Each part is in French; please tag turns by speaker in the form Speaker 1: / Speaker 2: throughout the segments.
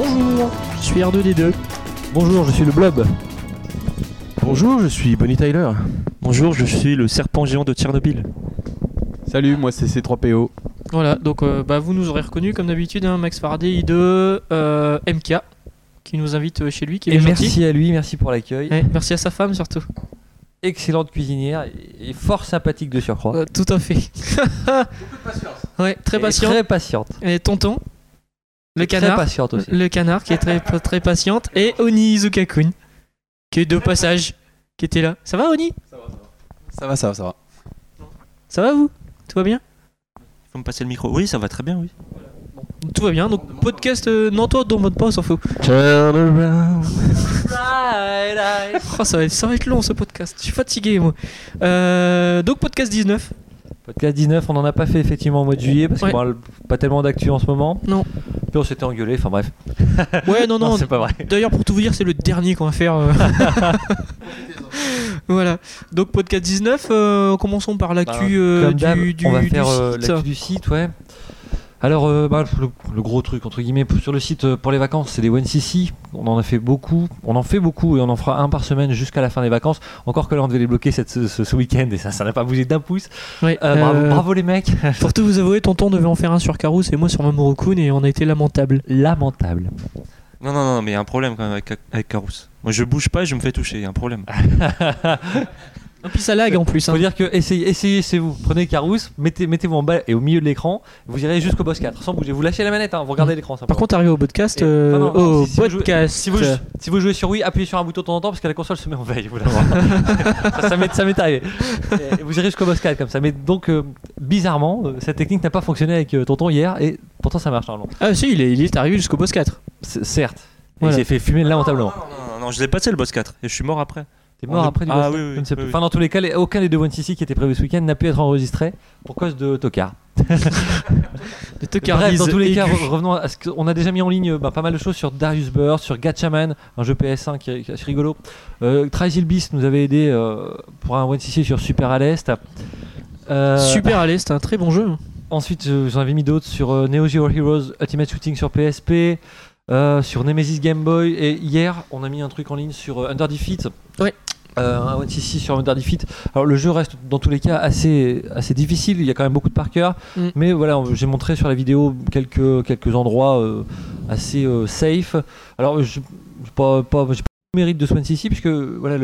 Speaker 1: Bonjour, je suis R2D2.
Speaker 2: Bonjour, je suis le Blob.
Speaker 3: Bonjour, je suis Bonnie Tyler.
Speaker 4: Bonjour, je suis le serpent géant de Tchernobyl.
Speaker 3: Salut, moi c'est C3PO.
Speaker 1: Voilà, donc vous nous aurez reconnu comme d'habitude, hein, Max Faraday de MK, qui nous invite chez lui, qui est
Speaker 2: Et
Speaker 1: gentil.
Speaker 2: merci à lui, merci pour l'accueil.
Speaker 1: Ouais, merci à sa femme surtout.
Speaker 2: Excellente cuisinière et fort sympathique de surcroît.
Speaker 1: Tout à fait.
Speaker 3: Beaucoup de patience.
Speaker 1: Ouais, très
Speaker 2: Et
Speaker 1: patient.
Speaker 2: très patiente.
Speaker 1: Et tonton, le
Speaker 2: Très
Speaker 1: canard.
Speaker 2: patiente aussi.
Speaker 1: Le canard qui est très patiente. Et Oni Izukakun, qui est de passage, qui était là. Ça va Oni?
Speaker 3: Ça va.
Speaker 1: Ça va vous? Tout va bien?
Speaker 4: Faut me passer le micro. Oui, ça va très bien, oui.
Speaker 1: Tout va bien, donc podcast, non toi t'en mode pas, on s'en fout.
Speaker 3: Turn around.
Speaker 1: Oh, ça va être long ce podcast, je suis fatigué moi. Donc podcast 19.
Speaker 2: Podcast 19, on n'en a pas fait effectivement au mois de juillet parce
Speaker 1: Ouais.
Speaker 2: que pas tellement d'actu en ce moment.
Speaker 1: Non.
Speaker 2: Puis on s'était engueulé, enfin bref.
Speaker 1: Ouais, non,
Speaker 2: C'est pas vrai.
Speaker 1: D'ailleurs, pour tout vous dire, c'est le dernier qu'on va faire. Voilà. Donc podcast 19, commençons par l'actu
Speaker 2: Comme d'hab,
Speaker 1: du
Speaker 2: on va
Speaker 1: du
Speaker 2: faire
Speaker 1: site.
Speaker 2: l'actu du site, ouais. Alors, le gros truc, entre guillemets, sur le site pour les vacances, c'est des OneCC. On en fait beaucoup et on en fera un par semaine jusqu'à la fin des vacances. Encore que là, on devait les bloquer ce week-end et ça n'a pas bougé d'un pouce.
Speaker 1: Ouais,
Speaker 2: Bravo les mecs.
Speaker 1: Pour tout vous avouer, tonton devait en faire un sur Karous et moi sur Mamoru-kun et on a été lamentable.
Speaker 2: Lamentable.
Speaker 4: Non, mais il y a un problème quand même avec Karous. Moi, je bouge pas et je me fais toucher, il y a un problème.
Speaker 1: Et puis ça lag en plus.
Speaker 2: Faut dire que essayez, c'est vous. Prenez Carous, mettez-vous en bas et au milieu de l'écran, vous irez jusqu'au boss 4 sans bouger. Vous lâchez la manette, hein, vous regardez l'écran.
Speaker 1: Par contre, arrivé au podcast,
Speaker 2: si vous jouez sur Wii, appuyez sur un bouton de temps en temps parce que la console se met en veille. Vous ça m'est arrivé. Et vous irez jusqu'au boss 4 comme ça. Mais donc, bizarrement, cette technique n'a pas fonctionné avec Tonton hier et pourtant ça marche normalement.
Speaker 1: Ah si, il est arrivé jusqu'au boss 4.
Speaker 2: Certes.
Speaker 1: Voilà.
Speaker 2: Il s'est fait fumer lamentablement.
Speaker 4: Non, je l'ai passé le boss 4 et je suis mort après.
Speaker 2: T'es mort après du boss 4.
Speaker 4: Oui,
Speaker 2: Je ne sais pas.
Speaker 4: oui.
Speaker 2: Enfin, dans tous les cas, aucun des deux OneCC qui étaient prévus ce week-end n'a pu être enregistré pour cause de Tokar.
Speaker 1: De
Speaker 2: Bref, dans tous les cas, revenons à ce qu'on a déjà mis en ligne pas mal de choses sur Darius Burst, sur Gatchaman, un jeu PS1 qui est assez rigolo. Trisil Beast nous avait aidé pour un OneCC sur Super à l'Est.
Speaker 1: Super à l'est, un très bon jeu.
Speaker 2: Ensuite, j'en avais mis d'autres sur Neo Geo Heroes Ultimate Shooting sur PSP, sur Nemesis Game Boy, et hier, on a mis un truc en ligne sur Under Defeat.
Speaker 1: Ouais.
Speaker 2: Un OneCC sur Under Defeat. Alors le jeu reste dans tous les cas assez difficile, il y a quand même beaucoup de par cœur, mais voilà, j'ai montré sur la vidéo quelques endroits assez safe. Alors j'ai pas le mérite de ce OneCC puisque voilà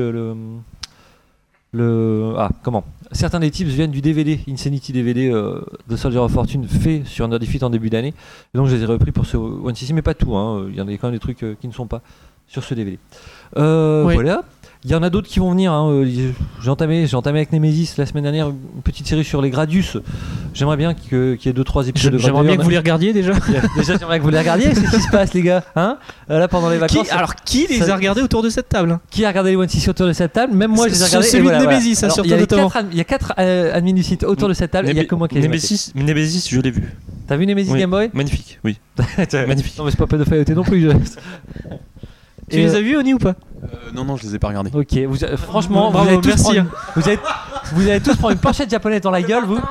Speaker 2: certains des tips viennent du DVD Insanity DVD de Soldier of Fortune fait sur Under Defeat en début d'année, et donc je les ai repris pour ce OneCC, mais pas tout, hein. Il y en a quand même des trucs qui ne sont pas sur ce DVD.
Speaker 1: Oui.
Speaker 2: Voilà. Il y en a d'autres qui vont venir, hein. J'ai entamé avec Nemesis la semaine dernière une petite série sur les Gradius. J'aimerais bien qu'il y ait 2-3 épisodes de Gradius.
Speaker 1: J'aimerais bien que vous les regardiez déjà.
Speaker 2: Déjà, j'aimerais que vous les regardiez. C'est ce qui se passe, les gars, hein, là pendant les vacances.
Speaker 1: Qui les a regardés autour de cette table?
Speaker 2: Qui a regardé les OneCC autour de cette table? Même moi, je les ai regardés.
Speaker 1: Celui de Nemesis,
Speaker 2: Alors,
Speaker 1: surtout notamment.
Speaker 2: Il y a 4 admins du site autour de cette table. Il y a que moi qui les ai matés.
Speaker 4: Nemesis, je l'ai vu.
Speaker 2: T'as vu Nemesis
Speaker 4: Oui.
Speaker 2: Game Boy?
Speaker 4: Magnifique, oui. Magnifique.
Speaker 2: Non, mais c'est pas pédophile non plus.
Speaker 1: Tu les as vus, Oni, ou pas?
Speaker 3: Non, je les ai pas regardés.
Speaker 2: Ok, franchement,
Speaker 1: Bravo,
Speaker 2: vous allez tous
Speaker 1: merci.
Speaker 2: vous allez tous prendre une planchette japonaise dans la gueule, vous.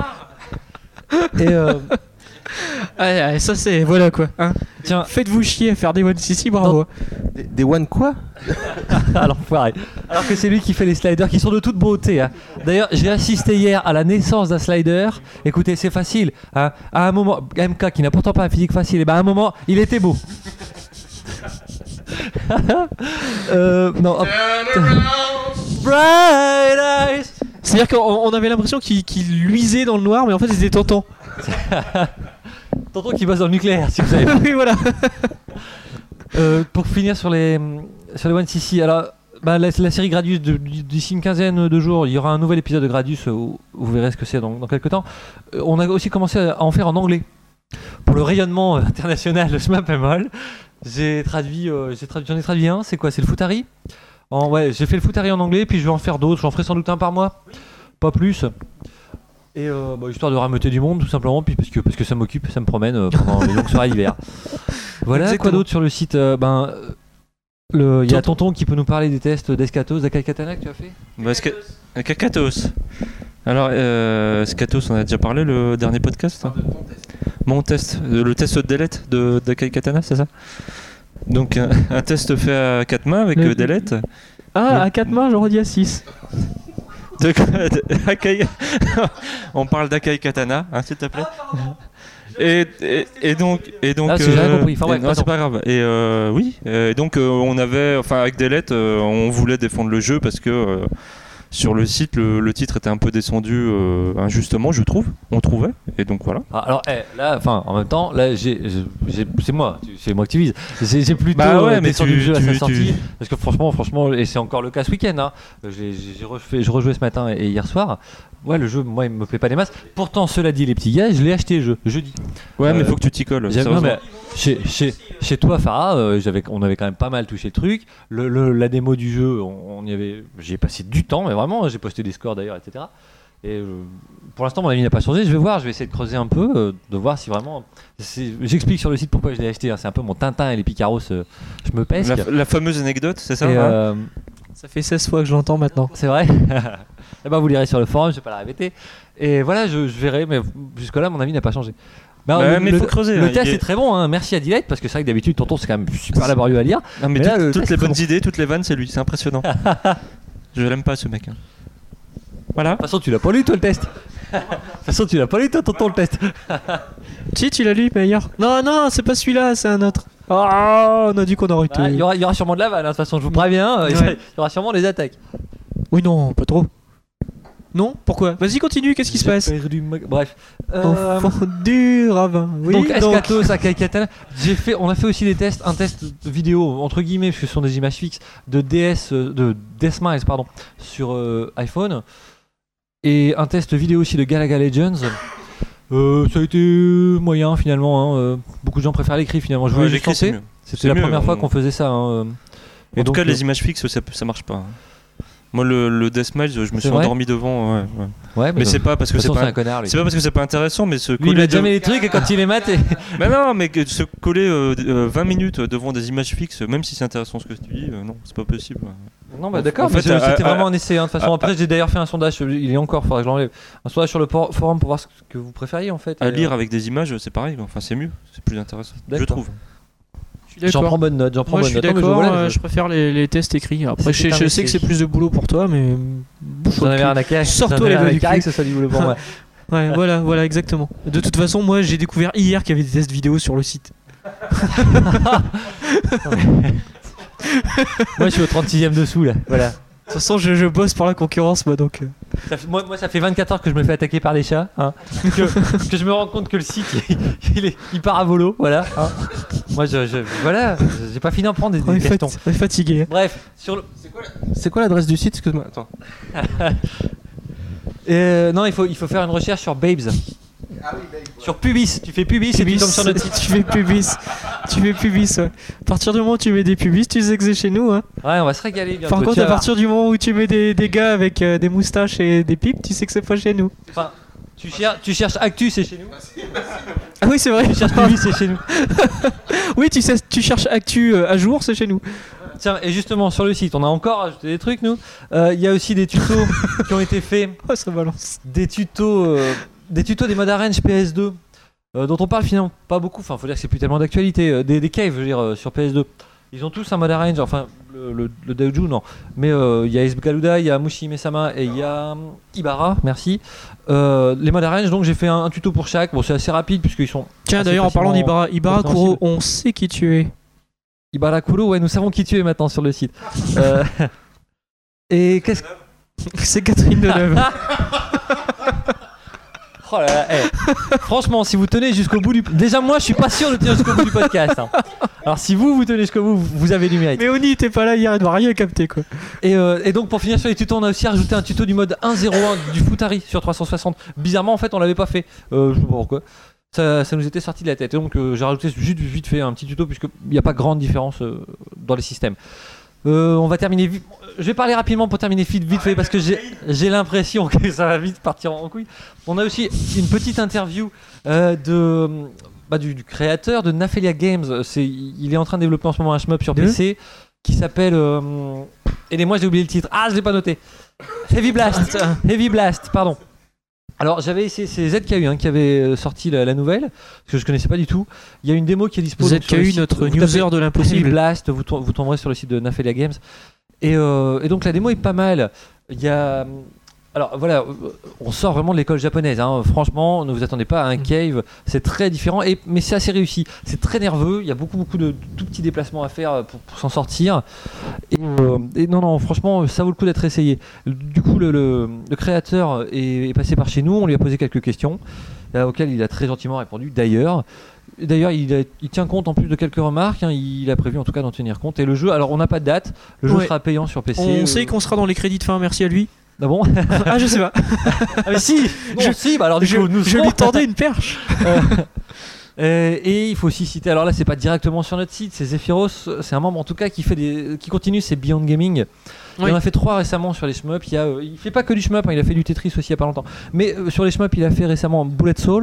Speaker 2: Et
Speaker 1: Ça c'est, voilà quoi. Hein.
Speaker 2: tiens,
Speaker 1: Faites-vous chier à faire des OneCC, bravo.
Speaker 3: Des one quoi?
Speaker 2: alors foiré. Alors que c'est lui qui fait les sliders qui sont de toute beauté, hein. D'ailleurs, j'ai assisté hier à la naissance d'un slider. Écoutez, c'est facile, hein. À un moment, MK qui n'a pourtant pas un physique facile, et ben à un moment, il était beau. Non. Bright eyes.
Speaker 1: C'est-à-dire qu'on avait l'impression qu'il luisait dans le noir, mais en fait c'était Tonton.
Speaker 2: Tonton qui bosse dans le nucléaire, si vous savez.
Speaker 1: Oui, voilà.
Speaker 2: Pour finir sur les OneCC, alors la série Gradius d'ici une quinzaine de jours, il y aura un nouvel épisode de Gradius où vous verrez ce que c'est dans quelques temps. On a aussi commencé à en faire en anglais pour le rayonnement international de ce Mapemol. J'en ai traduit un, c'est quoi? C'est le Futari. Ouais, j'ai fait le Futari en anglais, puis je vais en faire d'autres, j'en ferai sans doute un par mois, pas plus. Et histoire de rameuter du monde tout simplement, puis parce que ça m'occupe, ça me promène pendant les longues soirées d'hiver. Voilà.
Speaker 1: Exactement.
Speaker 2: Quoi d'autre sur le site? Il y a Tonton qui peut nous parler des tests d'Escatos, d'Akai Katana que tu as fait.
Speaker 4: Kakatos. Alors, Scatos, on a déjà parlé le dernier podcast. Mon test, le test de delete de Dakai Katana, c'est ça? Donc un test fait à 4 mains avec
Speaker 1: Le-
Speaker 4: des lettres.
Speaker 1: Ah, à 4 mains, j'aurais dit à 6.
Speaker 4: De Akai... On parle d'Akai Katana, hein, s'il te plaît. Et donc
Speaker 2: Ah, parce que j'ai rien compris. Enfin, bref,
Speaker 4: non, c'est pas grave. Et oui. Et donc on avait, enfin avec Delette, on voulait défendre le jeu parce que sur le site le titre était un peu descendu injustement, je trouve. On trouvait. Et donc voilà.
Speaker 2: Ah, alors là, enfin, en même temps, là, c'est moi que tu vises. J'ai plutôt
Speaker 4: Bah ouais, mais
Speaker 2: descendu le jeu à sa sortie,
Speaker 4: tu-
Speaker 2: parce que franchement, et c'est encore le cas ce week-end. Hein, je rejoué ce matin et hier soir. Ouais, le jeu, moi, il me plaît pas des masses. Pourtant, cela dit, les petits gars, je l'ai acheté jeudi.
Speaker 4: Ouais, mais faut que tu t'y colles.
Speaker 2: Non,
Speaker 4: sérieusement.
Speaker 2: mais chez toi, Farah, on avait quand même pas mal touché le truc. La démo du jeu, j'y ai passé du temps, mais vraiment, j'ai posté des scores d'ailleurs, etc. Et pour l'instant, mon avis n'a pas changé. Je vais voir, je vais essayer de creuser un peu, de voir si vraiment. J'explique sur le site pourquoi je l'ai acheté. Hein. C'est un peu mon Tintin et les Picaros, je me pèse.
Speaker 4: La fameuse anecdote, c'est ça
Speaker 2: Et,
Speaker 4: hein
Speaker 1: Ça fait 16 fois que je l'entends maintenant.
Speaker 2: c'est vrai. Eh ben, vous lirez sur le forum, je vais pas la répéter. Et voilà, je verrai, mais jusque-là, mon avis n'a pas changé.
Speaker 4: Ouais, mais il faut creuser.
Speaker 2: Le
Speaker 4: hein.
Speaker 2: test est très bon, hein. Merci à Dilette, parce que c'est vrai que d'habitude, tonton, c'est quand même super laborieux à lire.
Speaker 4: Non, mais
Speaker 2: Mais là, le
Speaker 4: toutes
Speaker 2: test
Speaker 4: les
Speaker 2: est très
Speaker 4: bonnes
Speaker 2: bon.
Speaker 4: idées, toutes les vannes, c'est lui. C'est impressionnant. Je l'aime pas, ce mec. hein. Voilà.
Speaker 2: De toute façon, tu l'as pas lu, toi, le test. De toute façon, tu l'as pas lu, toi, tonton, le test.
Speaker 1: Si, tu l'as lu, mais ailleurs. Non, c'est pas celui-là, c'est un autre. Ah, on a dit qu'on aurait été.
Speaker 2: Il y aura sûrement de la vanne, hein. De toute façon, je vous préviens. Il
Speaker 1: Ouais.
Speaker 2: y aura sûrement des attaques.
Speaker 1: Oui, non, pas trop. Non, pourquoi? Vas-y, continue, qu'est-ce qui se passe?
Speaker 2: Bref.
Speaker 1: Enfant du ravin. Oui,
Speaker 2: donc, Escatos, Akai Katana. On a fait aussi un test vidéo, entre guillemets, parce que ce sont des images fixes, de de Deathmise, pardon, sur iPhone. Et un test vidéo aussi de Galaga Legends. Ça a été moyen finalement. Hein. Beaucoup de gens préfèrent l'écrit finalement. Je voulais
Speaker 4: Ouais,
Speaker 2: juste
Speaker 4: l'écrit, c'est
Speaker 2: tenter.
Speaker 4: mieux.
Speaker 2: C'était
Speaker 4: C'est
Speaker 2: la
Speaker 4: mieux,
Speaker 2: première fois
Speaker 4: on-
Speaker 2: qu'on faisait ça. Hein. Et
Speaker 4: En tout
Speaker 2: donc,
Speaker 4: cas, les images fixes, ça marche pas. hein. Moi, le Deathmatch, je me
Speaker 2: C'est
Speaker 4: suis
Speaker 2: vrai
Speaker 4: endormi devant. Ouais.
Speaker 2: ouais,
Speaker 4: Mais c'est pas parce
Speaker 2: de
Speaker 4: que
Speaker 2: toute
Speaker 4: c'est
Speaker 2: façon, c'est
Speaker 4: pas.
Speaker 2: un connard lui.
Speaker 4: C'est pas parce que c'est pas intéressant, mais se
Speaker 2: Lui, il
Speaker 4: coller.
Speaker 2: mate jamais les trucs et quand il les mate.
Speaker 4: Mais non, mais que se coller 20 minutes devant des images fixes, même si c'est intéressant ce que tu dis, non, c'est pas possible.
Speaker 2: Non, bah d'accord,
Speaker 4: En
Speaker 2: mais
Speaker 4: fait,
Speaker 2: c'était vraiment un essai. Hein. De toute façon, après, j'ai d'ailleurs fait un sondage. Il est encore, faudrait que je l'enlève. Un sondage sur le forum pour voir ce que vous préfériez en fait.
Speaker 4: À
Speaker 2: Et,
Speaker 4: lire avec des images, c'est pareil. quoi. Enfin, c'est mieux, c'est plus intéressant. Je
Speaker 2: D'accord.
Speaker 4: trouve.
Speaker 1: Je suis
Speaker 2: J'en
Speaker 1: d'accord.
Speaker 2: prends bonne note.
Speaker 1: Moi, je suis
Speaker 2: Non, mais
Speaker 1: d'accord,
Speaker 2: voilà,
Speaker 1: je préfère les tests écrits. Après,
Speaker 2: C'était un
Speaker 1: je sais que
Speaker 2: essai.
Speaker 1: c'est plus de boulot pour toi, mais.
Speaker 2: J'en avais un à carré.
Speaker 1: Sors-toi les doigts du cul.
Speaker 2: que ce soit du boulot pour moi.
Speaker 1: Ouais, voilà, exactement. De toute façon, moi, j'ai découvert hier qu'il y avait des tests vidéo sur le site.
Speaker 2: Moi, je suis au 36ème dessous là. Voilà.
Speaker 1: De toute façon, je bosse pour la concurrence, moi, donc.
Speaker 2: Moi, ça fait 24 heures que je me fais attaquer par des chats. Hein. que je me rends compte que le site, il part à volo. Voilà. Hein. Moi, voilà. J'ai pas fini d'en prendre
Speaker 1: On
Speaker 2: des
Speaker 1: est,
Speaker 2: castons.
Speaker 1: on est fatigué.
Speaker 2: Bref, sur le.
Speaker 3: C'est quoi l'adresse du site? Excuse-moi. Attends.
Speaker 2: Non, il faut faire une recherche sur Babes. Sur Pubis, tu fais Pubis et tu tombes sur notre site.
Speaker 1: Tu fais pubis. Ouais. À partir du moment où tu mets des pubis, tu sais que c'est chez nous. Hein.
Speaker 2: Ouais, on va se régaler bientôt.
Speaker 1: Par contre,
Speaker 2: tu
Speaker 1: à
Speaker 2: vas voir.
Speaker 1: partir du moment où tu mets des gars avec des moustaches et des pipes, tu sais que c'est pas chez nous.
Speaker 2: Enfin, tu cherches Actu, c'est chez nous.
Speaker 1: Ah oui, c'est vrai.
Speaker 2: Tu cherches Pubis, c'est chez nous.
Speaker 1: Oui, tu cherches Actu à jour, c'est chez nous.
Speaker 2: Tiens, et justement, sur le site, on a encore ajouté des trucs, nous. Il y a aussi des tutos qui ont été faits.
Speaker 1: Oh, ça balance.
Speaker 2: Des tutos des modes arrange PS2 dont on parle finalement pas beaucoup. Enfin, faut dire que c'est plus tellement d'actualité. Des caves, je veux dire, sur PS2. Ils ont tous un mode arrange. Enfin, le Daiju, non. Mais il y a Galuda, il y a Mushi-Mesama et il y a Ibara. Merci. Les modes arrange, donc j'ai fait un tuto pour chaque. Bon, c'est assez rapide puisqu'ils sont.
Speaker 1: Tiens,
Speaker 2: assez
Speaker 1: d'ailleurs, en parlant
Speaker 2: facilement
Speaker 1: d'Ibara Kuro,
Speaker 2: compréhensibles.
Speaker 1: on sait qui tu es.
Speaker 2: Ibara Kuro, ouais, nous savons qui tu es maintenant sur le site. Et qu'est-ce que.
Speaker 1: C'est Catherine Deneuve.
Speaker 2: Oh là là, franchement, si vous tenez jusqu'au bout du... Déjà, moi, je suis pas sûr de tenir jusqu'au bout du podcast. Hein. Alors, si vous tenez jusqu'au bout, vous avez du mérite.
Speaker 1: Mais Oni, t'es pas là hier, elle doit rien capter, quoi.
Speaker 2: Et donc, pour finir sur les tutos, on a aussi rajouté un tuto du mode 1.01 du Futari sur 360. Bizarrement, en fait, on l'avait pas fait. Je sais pas pourquoi. Ça nous était sorti de la tête. Et donc, j'ai rajouté juste vite fait un petit tuto, puisqu'il n'y a pas grande différence dans les systèmes. On va terminer vite. Je vais parler rapidement pour terminer vite fait parce que j'ai l'impression que ça va vite partir en couille. On a aussi une petite interview du créateur de Naphelia Games. Il est en train de développer en ce moment un shmup sur PC qui s'appelle. Aidez-moi, j'ai oublié le titre. Ah, je l'ai pas noté. Heavy Blast, pardon. Alors j'avais essayé, c'est ZKU qui avait sorti la nouvelle, parce que je connaissais pas du tout. Il y a une démo qui est dispo.
Speaker 1: ZKU, notre newser de l'impossible.
Speaker 2: Blast, vous tomberez sur le site de Naphelia Games. Et donc la démo est pas mal. Il y a... Alors voilà, on sort vraiment de l'école japonaise. Franchement, ne vous attendez pas à un cave. C'est très différent, mais c'est assez réussi. C'est très nerveux. Il y a beaucoup de tout petits déplacements à faire pour s'en sortir. Et non, franchement, ça vaut le coup d'être essayé. Du coup, le créateur est passé par chez nous. On lui a posé quelques questions auxquelles il a très gentiment répondu. D'ailleurs, il tient compte en plus de quelques remarques. Il a prévu en tout cas d'en tenir compte. Et le jeu, alors on n'a pas de date. Le jeu sera payant sur PC.
Speaker 1: On sait qu'on sera dans les crédits de fin. Merci à lui.
Speaker 2: Ah bon?
Speaker 1: Ah, je sais pas.
Speaker 2: Ah mais si, bah alors
Speaker 1: je lui tendais une perche.
Speaker 2: Et il faut aussi citer, alors là c'est pas directement sur notre site, c'est Zephyros, c'est un membre en tout cas qui continue ses Beyond Gaming. Il en a fait 3 récemment sur les shmups. Il fait pas que du shmup, il a fait du Tetris aussi il y a pas longtemps. Mais sur les shmups il a fait récemment Bullet Soul.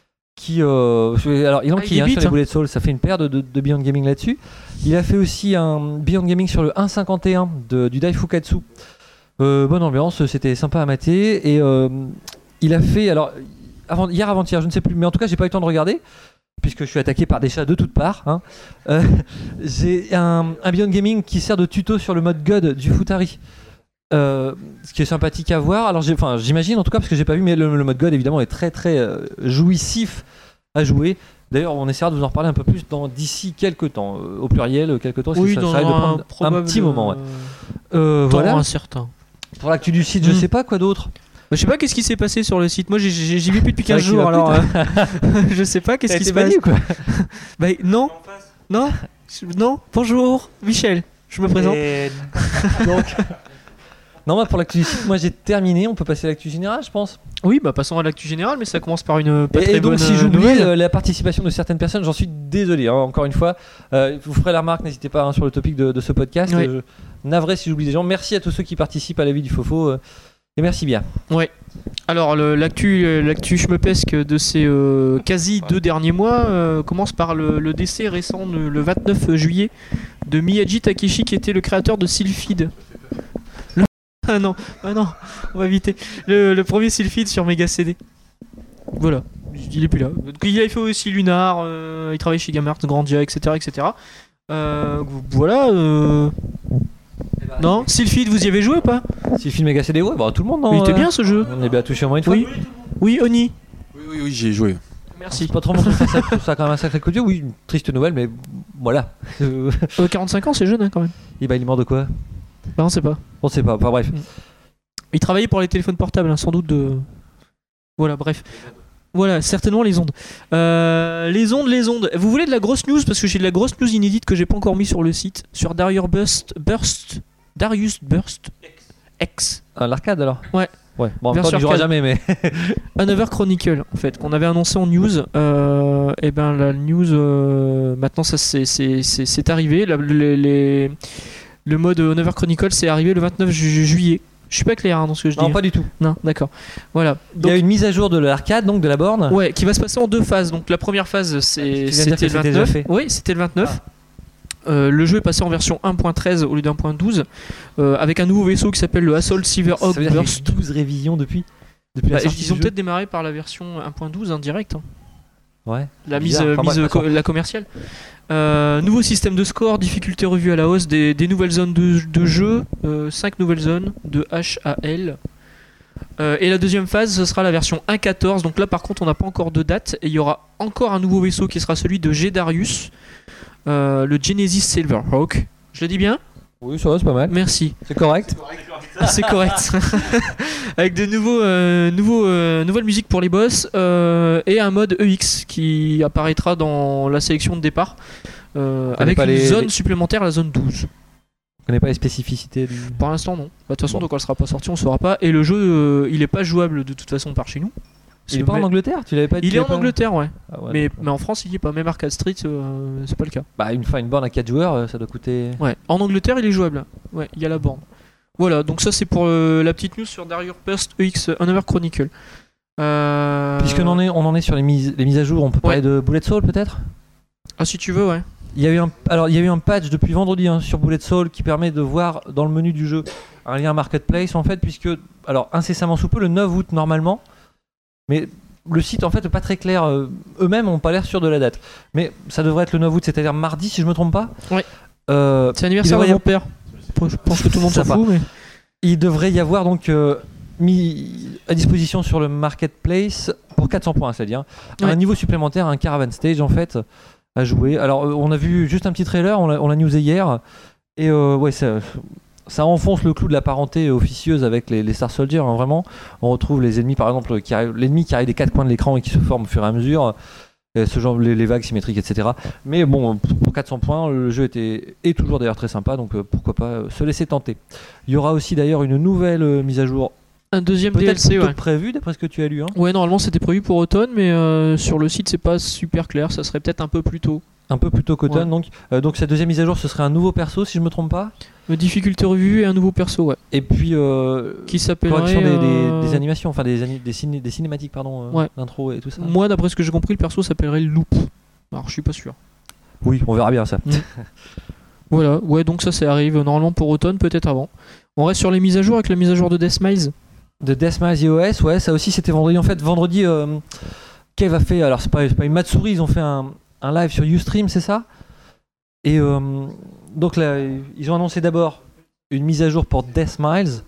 Speaker 2: Alors il enquille sur les Bullet Soul, ça fait une paire de Beyond Gaming là-dessus. Il a fait aussi un Beyond Gaming sur le 1.51 du Daifukatsu. Bonne ambiance, c'était sympa à mater. Et il a fait, alors avant-hier, je ne sais plus, mais en tout cas j'ai pas eu le temps de regarder puisque je suis attaqué par des chats de toutes parts. J'ai un Beyond Gaming qui sert de tuto sur le mode God du Futari. Ce qui est sympathique à voir. Alors j'imagine en tout cas parce que j'ai pas vu, mais le mode God évidemment est très très jouissif à jouer. D'ailleurs, on essaiera de vous en reparler un peu plus d'ici quelques temps, au pluriel, quelques temps, parce que ça risque de prendre un petit moment. Voilà.
Speaker 1: Incertain.
Speaker 2: Pour l'actu du site, je sais pas quoi d'autre.
Speaker 1: Je sais pas qu'est-ce qui s'est passé sur le site. Moi, j'y vais plus depuis 15 jours, alors je sais pas qu'est-ce qui se passe.
Speaker 2: Quoi.
Speaker 1: Bah non, bonjour, Michel, je me présente.
Speaker 2: Donc... Non, moi pour l'actu du site, j'ai terminé. On peut passer à l'actu générale, je pense.
Speaker 1: Oui, bah passons à l'actu générale, mais ça commence par une pas très bonne
Speaker 2: donc, si j'oublie
Speaker 1: nouvelle.
Speaker 2: La participation de certaines personnes, j'en suis désolé. Encore une fois, vous ferez la remarque, n'hésitez pas sur le topic de ce podcast.
Speaker 1: Oui.
Speaker 2: Navré si j'oublie des gens. Merci à tous ceux qui participent à la vie du Fofo. Et merci bien.
Speaker 1: Ouais. Alors l'actu schmepesque de ces quasi 2 derniers mois commence par le décès récent le 29 juillet de Miyaji Takeshi, qui était le créateur de Sylphid. Ah non, on va éviter. Le premier Sylphid sur Mega CD. Voilà, il est plus là. Il avait fait aussi Lunar, il travaille chez Gamarts, Grandia, etc. Voilà. Non, Sylphid, vous y avez joué ou pas?
Speaker 2: Sylphid Mega CD, ouais, tout le monde, non?
Speaker 1: Il était bien ce jeu.
Speaker 2: On est bien touché au moins une fois.
Speaker 1: Oui, Oni.
Speaker 3: Oui, j'y ai joué.
Speaker 2: Merci. C'est pas trop mon truc, ça a quand même un sacré coup de vieux. Oui, une triste nouvelle, mais voilà.
Speaker 1: 45 ans, c'est jeune quand même.
Speaker 2: Et il est mort de quoi?
Speaker 1: Bah, on sait pas.
Speaker 2: On sait pas, enfin bref.
Speaker 1: Il travaillait pour les téléphones portables, sans doute de... Voilà, bref. Voilà, certainement les ondes. Les ondes. Vous voulez de la grosse news? Parce que j'ai de la grosse news inédite que j'ai pas encore mis sur le site. Sur Darius Burst X.
Speaker 2: Ah, l'arcade alors?
Speaker 1: Ouais.
Speaker 2: Bon, en même temps, il jouera jamais, mais...
Speaker 1: Another Chronicle, en fait, qu'on avait annoncé en news. Et ben la news, maintenant, ça c'est arrivé. Le mode Another Chronicle, c'est arrivé le 29 juillet. Je suis pas clair dans ce que je dis.
Speaker 2: Non, pas du tout.
Speaker 1: Non, d'accord. Voilà.
Speaker 2: Donc, il y a une mise à jour de l'arcade, donc de la borne.
Speaker 1: Ouais, qui va se passer en 2 phases. Donc la première phase, c'était le 29. Oui, c'était le 29. Le jeu est passé en version 1.13 au lieu d'1.12 avec un nouveau vaisseau qui s'appelle le Assault Silverhawk Burst.
Speaker 2: Il y a 12 révisions depuis la sortie
Speaker 1: ils ont peut-être démarré par la version 1.12 indirect.
Speaker 2: Ouais.
Speaker 1: La la commerciale. Nouveau système de score, difficulté revue à la hausse, des nouvelles zones de jeu, 5 nouvelles zones de H à L. Et la deuxième phase, ce sera la version 1.14. Donc là, par contre, on n'a pas encore de date. Et il y aura encore un nouveau vaisseau qui sera celui de G-Darius, le Genesis Silverhawk. Je le dis bien?
Speaker 2: Oui, ça va, c'est pas mal.
Speaker 1: Merci.
Speaker 2: C'est correct.
Speaker 1: C'est correct. Avec de nouvelles musiques pour les boss et un mode EX qui apparaîtra dans la sélection de départ avec une zone supplémentaire, la zone 12.
Speaker 2: On connaît pas les spécificités du...
Speaker 1: Pour l'instant, non. De toute façon, donc elle sera pas sortie, on saura pas. Et le jeu, il est pas jouable de toute façon par chez nous.
Speaker 2: Il est pas en Angleterre? Tu l'avais pas dit?
Speaker 1: Il est en Angleterre, ouais.
Speaker 2: Ah ouais,
Speaker 1: mais en France, il y est pas. Même Arcade Street, c'est pas le cas.
Speaker 2: Bah, une borne à 4 joueurs, ça doit coûter...
Speaker 1: Ouais, en Angleterre, il est jouable. Ouais, il y a la borne. Voilà, donc ça, c'est pour la petite news sur Darius Burst EX Another Chronicle.
Speaker 2: Puisqu'on en est sur les mises à jour, on peut parler de Bullet Soul, peut-être?
Speaker 1: Ah, si tu veux, ouais.
Speaker 2: Il y a eu un patch depuis vendredi sur Bullet Soul qui permet de voir dans le menu du jeu un lien marketplace en fait, puisque incessamment sous peu, le 9 août normalement, Mais le site en fait est pas très clair. Eux-mêmes ont pas l'air sûrs de la date. Mais ça devrait être le 9 août, c'est-à-dire mardi si je me trompe pas.
Speaker 1: Ouais.
Speaker 2: C'est
Speaker 1: l'anniversaire de mon père. Je pense que tout le monde s'en fout, mais...
Speaker 2: Il devrait y avoir donc mis à disposition sur le marketplace pour 400 points, c'est-à-dire un niveau supplémentaire, un caravan stage en fait à jouer. Alors on a vu juste un petit trailer, on l'a newsé hier et ça enfonce le clou de la parenté officieuse avec les Star Soldiers, hein, vraiment. On retrouve les ennemis par exemple l'ennemi qui arrive des quatre coins de l'écran et qui se forme au fur et à mesure. Ce genre, les vagues symétriques, etc. Mais bon, pour 400 points, le jeu est toujours d'ailleurs très sympa, donc pourquoi pas se laisser tenter. Il y aura aussi d'ailleurs une nouvelle mise à jour.
Speaker 1: Un deuxième
Speaker 2: peut-être
Speaker 1: DLC,
Speaker 2: prévu d'après ce que tu as lu. Hein.
Speaker 1: Ouais, normalement c'était prévu pour automne, mais sur le site c'est pas super clair, ça serait peut-être un peu plus tôt.
Speaker 2: Un peu plus tôt qu'automne, donc cette deuxième mise à jour, ce serait un nouveau perso, si je me trompe pas.
Speaker 1: Difficulté revue et un nouveau perso, ouais.
Speaker 2: Et puis
Speaker 1: qui s'appellerait
Speaker 2: correction des animations, enfin des cinématiques, pardon, d'intro et tout ça.
Speaker 1: Moi, d'après ce que j'ai compris, le perso s'appellerait Loop. Alors, je suis pas sûr.
Speaker 2: Oui, on verra bien ça.
Speaker 1: Voilà, ouais, donc ça arrive normalement pour automne, peut-être avant. On reste sur les mises à jour avec la mise à jour de Deathmise.
Speaker 2: De Deathmise iOS, ouais, ça aussi c'était vendredi. En fait, vendredi, Kev a fait, alors c'est pas une Matsuri, ils ont fait un live sur Ustream, c'est ça? Et donc là, ils ont annoncé d'abord une mise à jour pour Deathmise.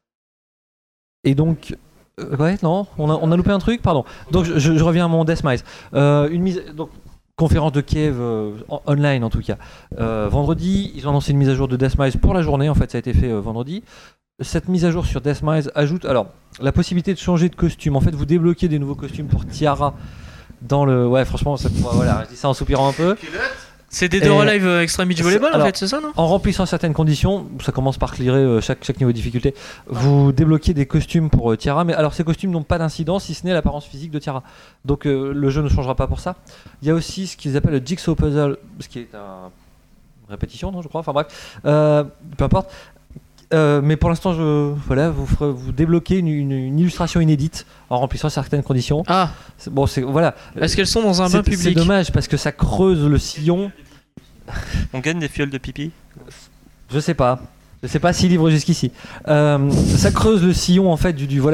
Speaker 2: Et donc, on a loupé un truc, pardon. Donc je reviens à mon Deathmise. Donc conférence de Kiev online en tout cas. Vendredi, ils ont annoncé une mise à jour de Deathmise pour la journée. En fait, ça a été fait vendredi. Cette mise à jour sur Deathmise ajoute la possibilité de changer de costume. En fait, vous débloquez des nouveaux costumes pour Tiara dans le. Ouais, franchement, voilà, je dis ça en soupirant un peu.
Speaker 1: C'est des deux relive Extreme Beach Volleyball en fait, c'est ça, non?
Speaker 2: En remplissant certaines conditions, ça commence par clearer chaque niveau de difficulté, vous débloquez des costumes pour Tiara, mais alors ces costumes n'ont pas d'incidence si ce n'est l'apparence physique de Tiara. Donc le jeu ne changera pas pour ça. Il y a aussi ce qu'ils appellent le Jigsaw Puzzle, ce qui est une répétition, non, je crois, enfin bref, peu importe. Mais pour l'instant, vous débloquez une illustration inédite en remplissant certaines conditions.
Speaker 1: Ah.
Speaker 2: Voilà.
Speaker 1: Est-ce qu'elles sont dans un bain public?
Speaker 2: C'est dommage parce que ça creuse le sillon.
Speaker 4: On gagne des fioles de pipi?
Speaker 2: Je sais pas s'il livre jusqu'ici. Ça creuse le sillon en fait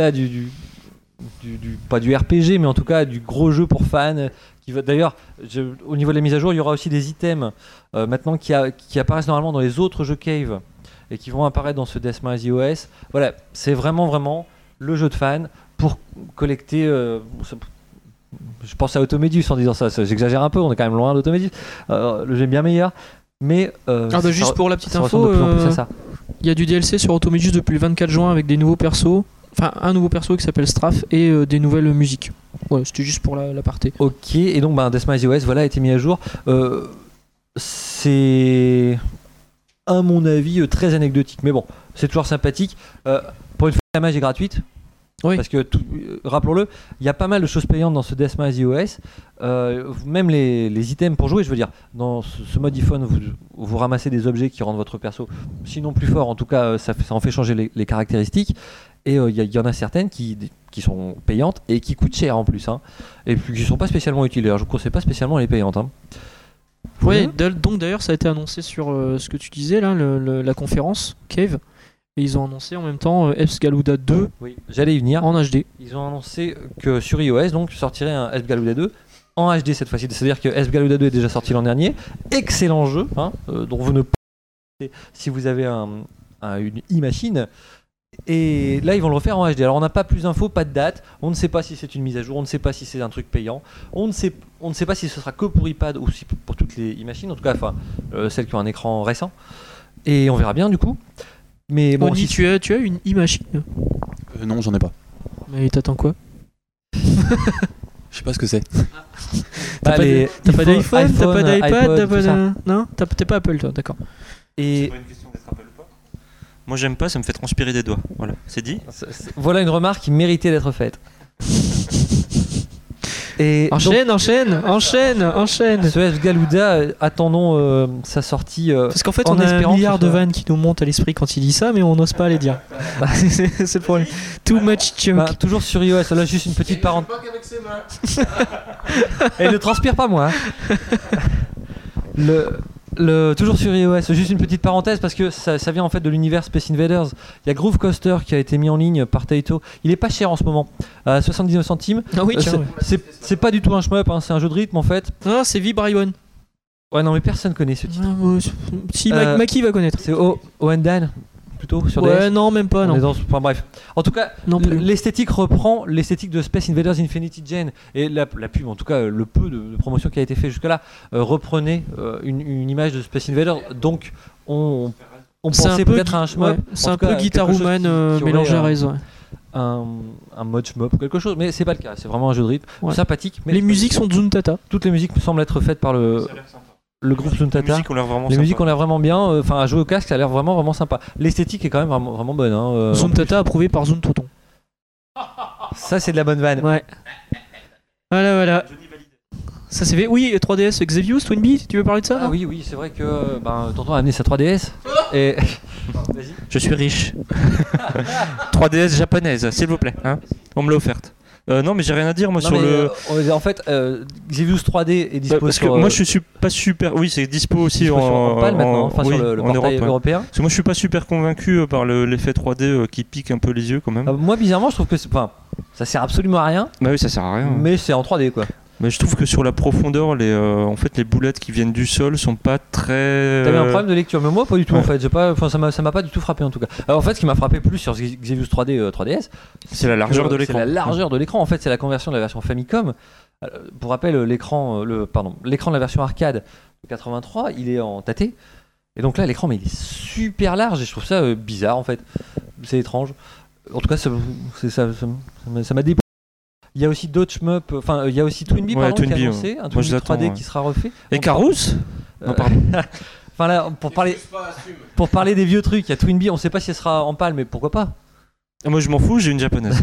Speaker 2: pas du RPG, mais en tout cas du gros jeu pour fans. D'ailleurs, au niveau de la mise à jour, il y aura aussi des items maintenant qui apparaissent normalement dans les autres jeux Cave et qui vont apparaître dans ce Deathmise iOS. Voilà, c'est vraiment le jeu de fans pour collecter. Je pense à Automedus en disant ça, j'exagère un peu, on est quand même loin d'Automedus. Le jeu est bien meilleur, mais.
Speaker 1: Juste pour la petite info, il y a du DLC sur Automedus depuis le 24 juin avec des nouveaux persos. Enfin, un nouveau perso qui s'appelle Straff et des nouvelles musiques. Ouais, c'était juste pour l'aparté.
Speaker 2: Ok, et donc Deathmise iOS a été mis à jour. C'est, à mon avis, très anecdotique. Mais bon, c'est toujours sympathique. Pour une fois, la mage est gratuite. Oui. Parce que, rappelons-le, il y a pas mal de choses payantes dans ce Deathmise iOS. Même les items pour jouer, je veux dire, dans ce mode iPhone, vous ramassez des objets qui rendent votre perso, sinon plus fort, en tout cas, ça en fait changer les caractéristiques. Et il y en a certaines qui sont payantes et qui coûtent cher en plus. Hein, et qui ne sont pas spécialement utiles. Alors, je ne conseille pas spécialement les payantes. Hein.
Speaker 1: Oui, donc d'ailleurs, ça a été annoncé sur ce que tu disais, là, la conférence Cave. Et ils ont annoncé en même temps Esgaluda 2
Speaker 2: j'allais y venir.
Speaker 1: En HD.
Speaker 2: Ils ont annoncé que sur iOS, donc, sortirait un Esgaluda 2 en HD cette fois-ci. C'est-à-dire que Esgaluda 2 est déjà sorti l'an dernier. Excellent jeu, hein, dont vous ne pouvez pas si vous avez une e-machine. Et là, ils vont le refaire en HD. Alors, on n'a pas plus d'infos, pas de date. On ne sait pas si c'est une mise à jour. On ne sait pas si c'est un truc payant. On ne sait pas si ce sera que pour iPad ou si pour toutes les e-machines. En tout cas, celles qui ont un écran récent. Et on verra bien du coup. Mais bon,
Speaker 1: Oni, tu as une e-machine?
Speaker 3: Non, j'en ai pas.
Speaker 1: Mais t'attends quoi?
Speaker 3: Je sais pas ce que c'est.
Speaker 1: T'as pas d'iPhone, t'as pas d'iPad, non? T'es pas Apple, toi, d'accord.
Speaker 2: Et
Speaker 4: c'est pas une question d'être Apple ou pas. Moi, j'aime pas, ça me fait transpirer des doigts. Voilà, c'est dit.
Speaker 2: Voilà une remarque qui méritait d'être faite. Et
Speaker 1: enchaîne.
Speaker 2: Ce Esgaluda, attendons sa sortie.
Speaker 1: Parce qu'en fait, on a un milliard de vannes qui nous montent à l'esprit quand il dit ça, mais on n'ose pas les dire. C'est le problème. Too much joke.
Speaker 2: Toujours sur iOS, là juste une petite parenthèse. Et ne transpire pas, moi. Toujours sur iOS, juste une petite parenthèse parce que ça vient en fait de l'univers Space Invaders. Il y a Groove Coaster qui a été mis en ligne par Taito. Il est pas cher en ce moment, à 79 centimes.
Speaker 1: Ah oui, tiens.
Speaker 2: C'est pas du tout un shmup, hein, c'est un jeu de rythme en fait.
Speaker 1: Ah, c'est Vibryon.
Speaker 2: Ouais, non, mais personne connaît ce titre.
Speaker 1: Si, Maki va connaître.
Speaker 2: C'est Oendan plutôt sur DS.
Speaker 1: Ouais, non, même pas,
Speaker 2: On
Speaker 1: non.
Speaker 2: est enfin bref. En tout cas,
Speaker 1: Non plus.
Speaker 2: l'esthétique reprend l'esthétique de Space Invaders Infinity Gen et la pub, en tout cas le peu de promotion qui a été fait jusque-là, reprenait une image de Space Invaders. Donc on
Speaker 1: C'est
Speaker 2: pensait
Speaker 1: un peu
Speaker 2: peut-être à un shmup.
Speaker 1: ouais, c'est un peu Guitar Woman mélangé à Rez. Ouais.
Speaker 2: Un mode shmup ou quelque chose, mais c'est pas le cas. C'est vraiment un jeu de rythme sympathique. Mais
Speaker 1: les musiques sont de Zuntata.
Speaker 2: Toutes les musiques semblent être faites par le groupe Zuntata.
Speaker 4: Les musiques ont l'air vraiment
Speaker 2: Les
Speaker 4: sympa.
Speaker 2: musiques ont l'air vraiment bien. Enfin, à jouer au casque, ça a l'air vraiment sympa. L'esthétique est quand même vraiment bonne. Hein,
Speaker 1: Zuntata approuvé par Zune Toton.
Speaker 2: Ça, c'est de la bonne vanne.
Speaker 1: Ouais. Voilà. Ça c'est fait. Oui, 3DS Xevious, Twinbee, tu veux parler de ça?
Speaker 2: Ah oui, c'est vrai que Tonton a amené sa 3DS. Et... Vas-y.
Speaker 4: Je suis riche. 3DS japonaise, s'il vous plaît. Hein, on me l'a offerte. Non, mais j'ai rien à dire moi sur le.
Speaker 2: En fait, Xevious 3D est dispo
Speaker 4: parce que
Speaker 2: sur.
Speaker 4: moi je suis pas super. Oui, c'est dispo aussi
Speaker 2: en PAL maintenant, enfin
Speaker 4: oui,
Speaker 2: sur le
Speaker 4: en
Speaker 2: portail
Speaker 4: Europe,
Speaker 2: européen.
Speaker 4: Parce que moi je suis pas super convaincu par l'effet 3D qui pique un peu les yeux quand même.
Speaker 2: Moi, bizarrement, je trouve que ça sert absolument à rien.
Speaker 4: Bah oui, ça sert à rien.
Speaker 2: Mais c'est en 3D quoi.
Speaker 4: Mais je trouve que sur la profondeur, en fait, les boulettes qui viennent du sol sont pas très.
Speaker 2: T'avais un problème de lecture, mais moi pas du tout en fait. Ça m'a pas du tout frappé en tout cas. Alors, en fait, ce qui m'a frappé plus sur Xevious 3D 3DS,
Speaker 4: c'est la largeur de l'écran.
Speaker 2: C'est la largeur de l'écran. En fait, c'est la conversion de la version Famicom. Pour rappel, l'écran de la version arcade de 83, il est en tâté. Et donc là, l'écran, mais il est super large et je trouve ça bizarre en fait. C'est étrange. En tout cas, ça m'a débloqué. Il y a aussi d'autres shmups, il y a aussi Twinbee qui est annoncé, un Twinbee 3D qui sera refait.
Speaker 4: Et Carous
Speaker 2: Non, pardon. Enfin là, pour parler des vieux trucs, il y a Twinbee, on sait pas si elle sera en pâle, mais pourquoi pas.
Speaker 4: Moi je m'en fous, j'ai une japonaise.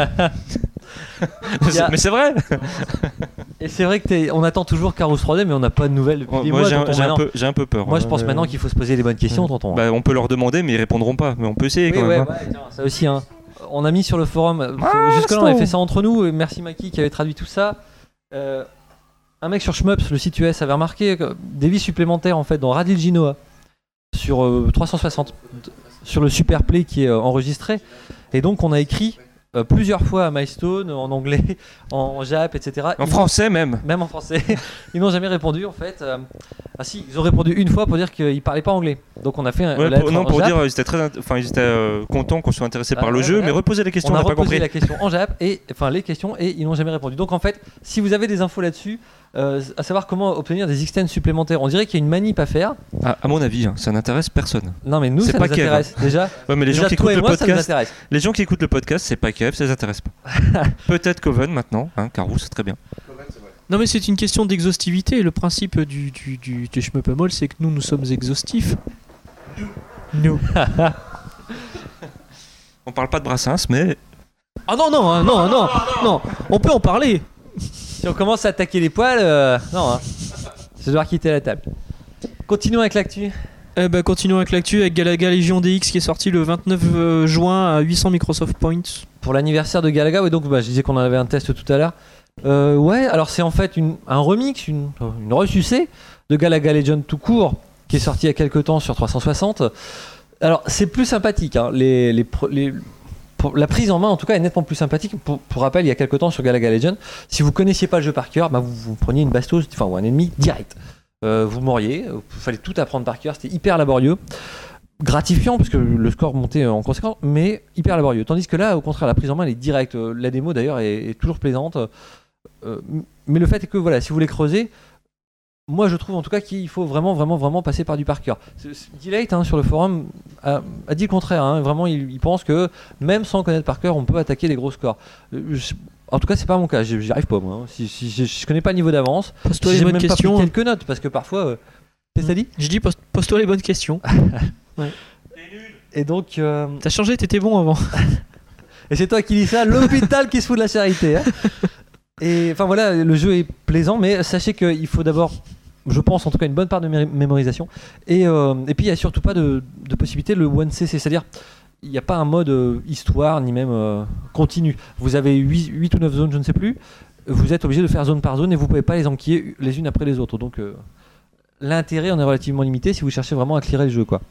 Speaker 4: Mais c'est vrai.
Speaker 2: Et c'est vrai que on attend toujours Carous 3D, mais on n'a pas de nouvelles depuis des mois.
Speaker 4: J'ai un peu peur.
Speaker 2: Moi je pense maintenant qu'il faut se poser les bonnes questions, tonton.
Speaker 4: Bah, on peut leur demander, mais ils répondront pas. Mais on peut essayer quand même.
Speaker 2: Ouais, tiens, ça aussi, hein. On a mis sur le forum, jusque-là on avait fait ça entre nous, et merci Maki qui avait traduit tout ça. Un mec sur Shmups, le site US, avait remarqué des vies supplémentaires en fait dans Radil Ginoa sur 360, sur le Super Play qui est enregistré. Et donc on a écrit plusieurs fois à Milestone, en anglais, en jap, etc.
Speaker 4: En français même.
Speaker 2: Même en français. Ils n'ont jamais répondu en fait. Ah si, ils ont répondu une fois pour dire qu'ils parlaient pas anglais. Donc on a fait
Speaker 4: pour dire ils étaient contents qu'on soit intéressé par le jeu, mais reposer les questions,
Speaker 2: on
Speaker 4: n'a
Speaker 2: a
Speaker 4: pas compris.
Speaker 2: la question en jap et les questions et ils n'ont jamais répondu. Donc en fait, si vous avez des infos là-dessus, à savoir comment obtenir des extends supplémentaires, on dirait qu'il y a une manip à faire.
Speaker 4: À mon avis, ça n'intéresse personne.
Speaker 2: Non mais nous ça nous intéresse déjà.
Speaker 4: Ouais, mais les gens qui écoutent le podcast, c'est pas Kev, ça les intéresse pas. Peut-être Coven maintenant, Carous, c'est très bien.
Speaker 1: Non mais c'est une question d'exhaustivité. Le principe du Shmup-A-Moll, c'est que nous sommes exhaustifs. Nous.
Speaker 4: On parle pas de Brassens, mais...
Speaker 1: Ah non, on peut en parler.
Speaker 2: Si on commence à attaquer les poils, non, je vais devoir quitter la table. Continuons avec l'actu.
Speaker 1: Continuons avec l'actu, avec Galaga Légion DX qui est sorti le 29 juin à 800 Microsoft Points.
Speaker 2: Pour l'anniversaire de Galaga, ouais, donc je disais qu'on en avait un test tout à l'heure. Ouais, alors c'est en fait un remix, une ressucée de Galaga Legend tout court, qui est sorti il y a quelques temps sur 360. Alors c'est plus sympathique, hein. La prise en main en tout cas est nettement plus sympathique. Pour rappel, il y a quelques temps sur Galaga Legend, si vous connaissiez pas le jeu par cœur, vous preniez une bastos, ou un ennemi direct. Vous mouriez, il fallait tout apprendre par cœur, c'était hyper laborieux. Gratifiant parce que le score montait en conséquence, mais hyper laborieux. Tandis que là, au contraire, la prise en main elle est directe. La démo d'ailleurs est toujours plaisante. Mais le fait est que voilà, si vous voulez creuser, moi je trouve en tout cas qu'il faut vraiment passer par du par cœur. Delate sur le forum a dit le contraire. Vraiment, il pense que même sans connaître par cœur, on peut attaquer les gros scores. En tout cas, c'est pas mon cas. J'y arrive pas moi. Si je connais pas le niveau d'avance,
Speaker 1: pose-toi
Speaker 2: j'ai
Speaker 1: les bonnes
Speaker 2: même
Speaker 1: questions.
Speaker 2: pas pris quelques notes parce que parfois. Qu'est-ce que t'as dit ?
Speaker 1: Je dis pose-toi les bonnes questions. Ouais.
Speaker 2: Et donc.
Speaker 1: T'as changé, t'étais bon avant.
Speaker 2: Et c'est toi qui dis ça, l'hôpital qui se fout de la charité. Et enfin voilà, le jeu est plaisant, mais sachez qu'il faut d'abord, je pense en tout cas, une bonne part de mémorisation. Et puis il n'y a surtout pas de possibilité de le 1cc, c'est-à-dire il n'y a pas un mode histoire ni même continu. Vous avez 8 ou 9 zones, je ne sais plus. Vous êtes obligé de faire zone par zone et vous ne pouvez pas les enquiller les unes après les autres. Donc l'intérêt en est relativement limité si vous cherchez vraiment à clearer le jeu, quoi.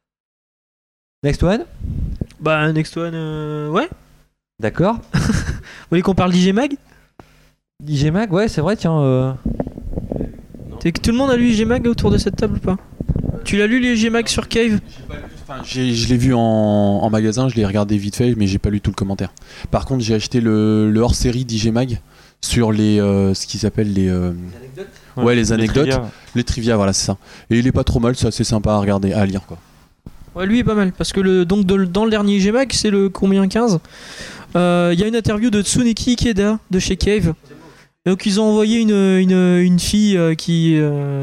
Speaker 2: Next one.
Speaker 1: Bah, Next One, ouais.
Speaker 2: D'accord.
Speaker 1: Vous voulez qu'on parle d'IG Mag?
Speaker 2: IG Mag, ouais, c'est vrai, tiens.
Speaker 1: C'est que tout le monde a lu IG Mag autour de cette table ou pas? Tu l'as lu les IG Mag sur Cave?
Speaker 3: Enfin, je l'ai vu en magasin, je l'ai regardé vite fait, mais j'ai pas lu tout le commentaire. Par contre, j'ai acheté le hors-série d'IG Mag sur les ce qu'ils appellent les les anecdotes, les trivia, voilà, c'est ça. Et il est pas trop mal, c'est assez sympa à regarder, à lire, quoi.
Speaker 1: Ouais, lui est pas mal parce que dans le dernier IG Mag, c'est le combien 15. Il y a une interview de Tsuneki Ikeda de chez Cave. Donc ils ont envoyé une fille qui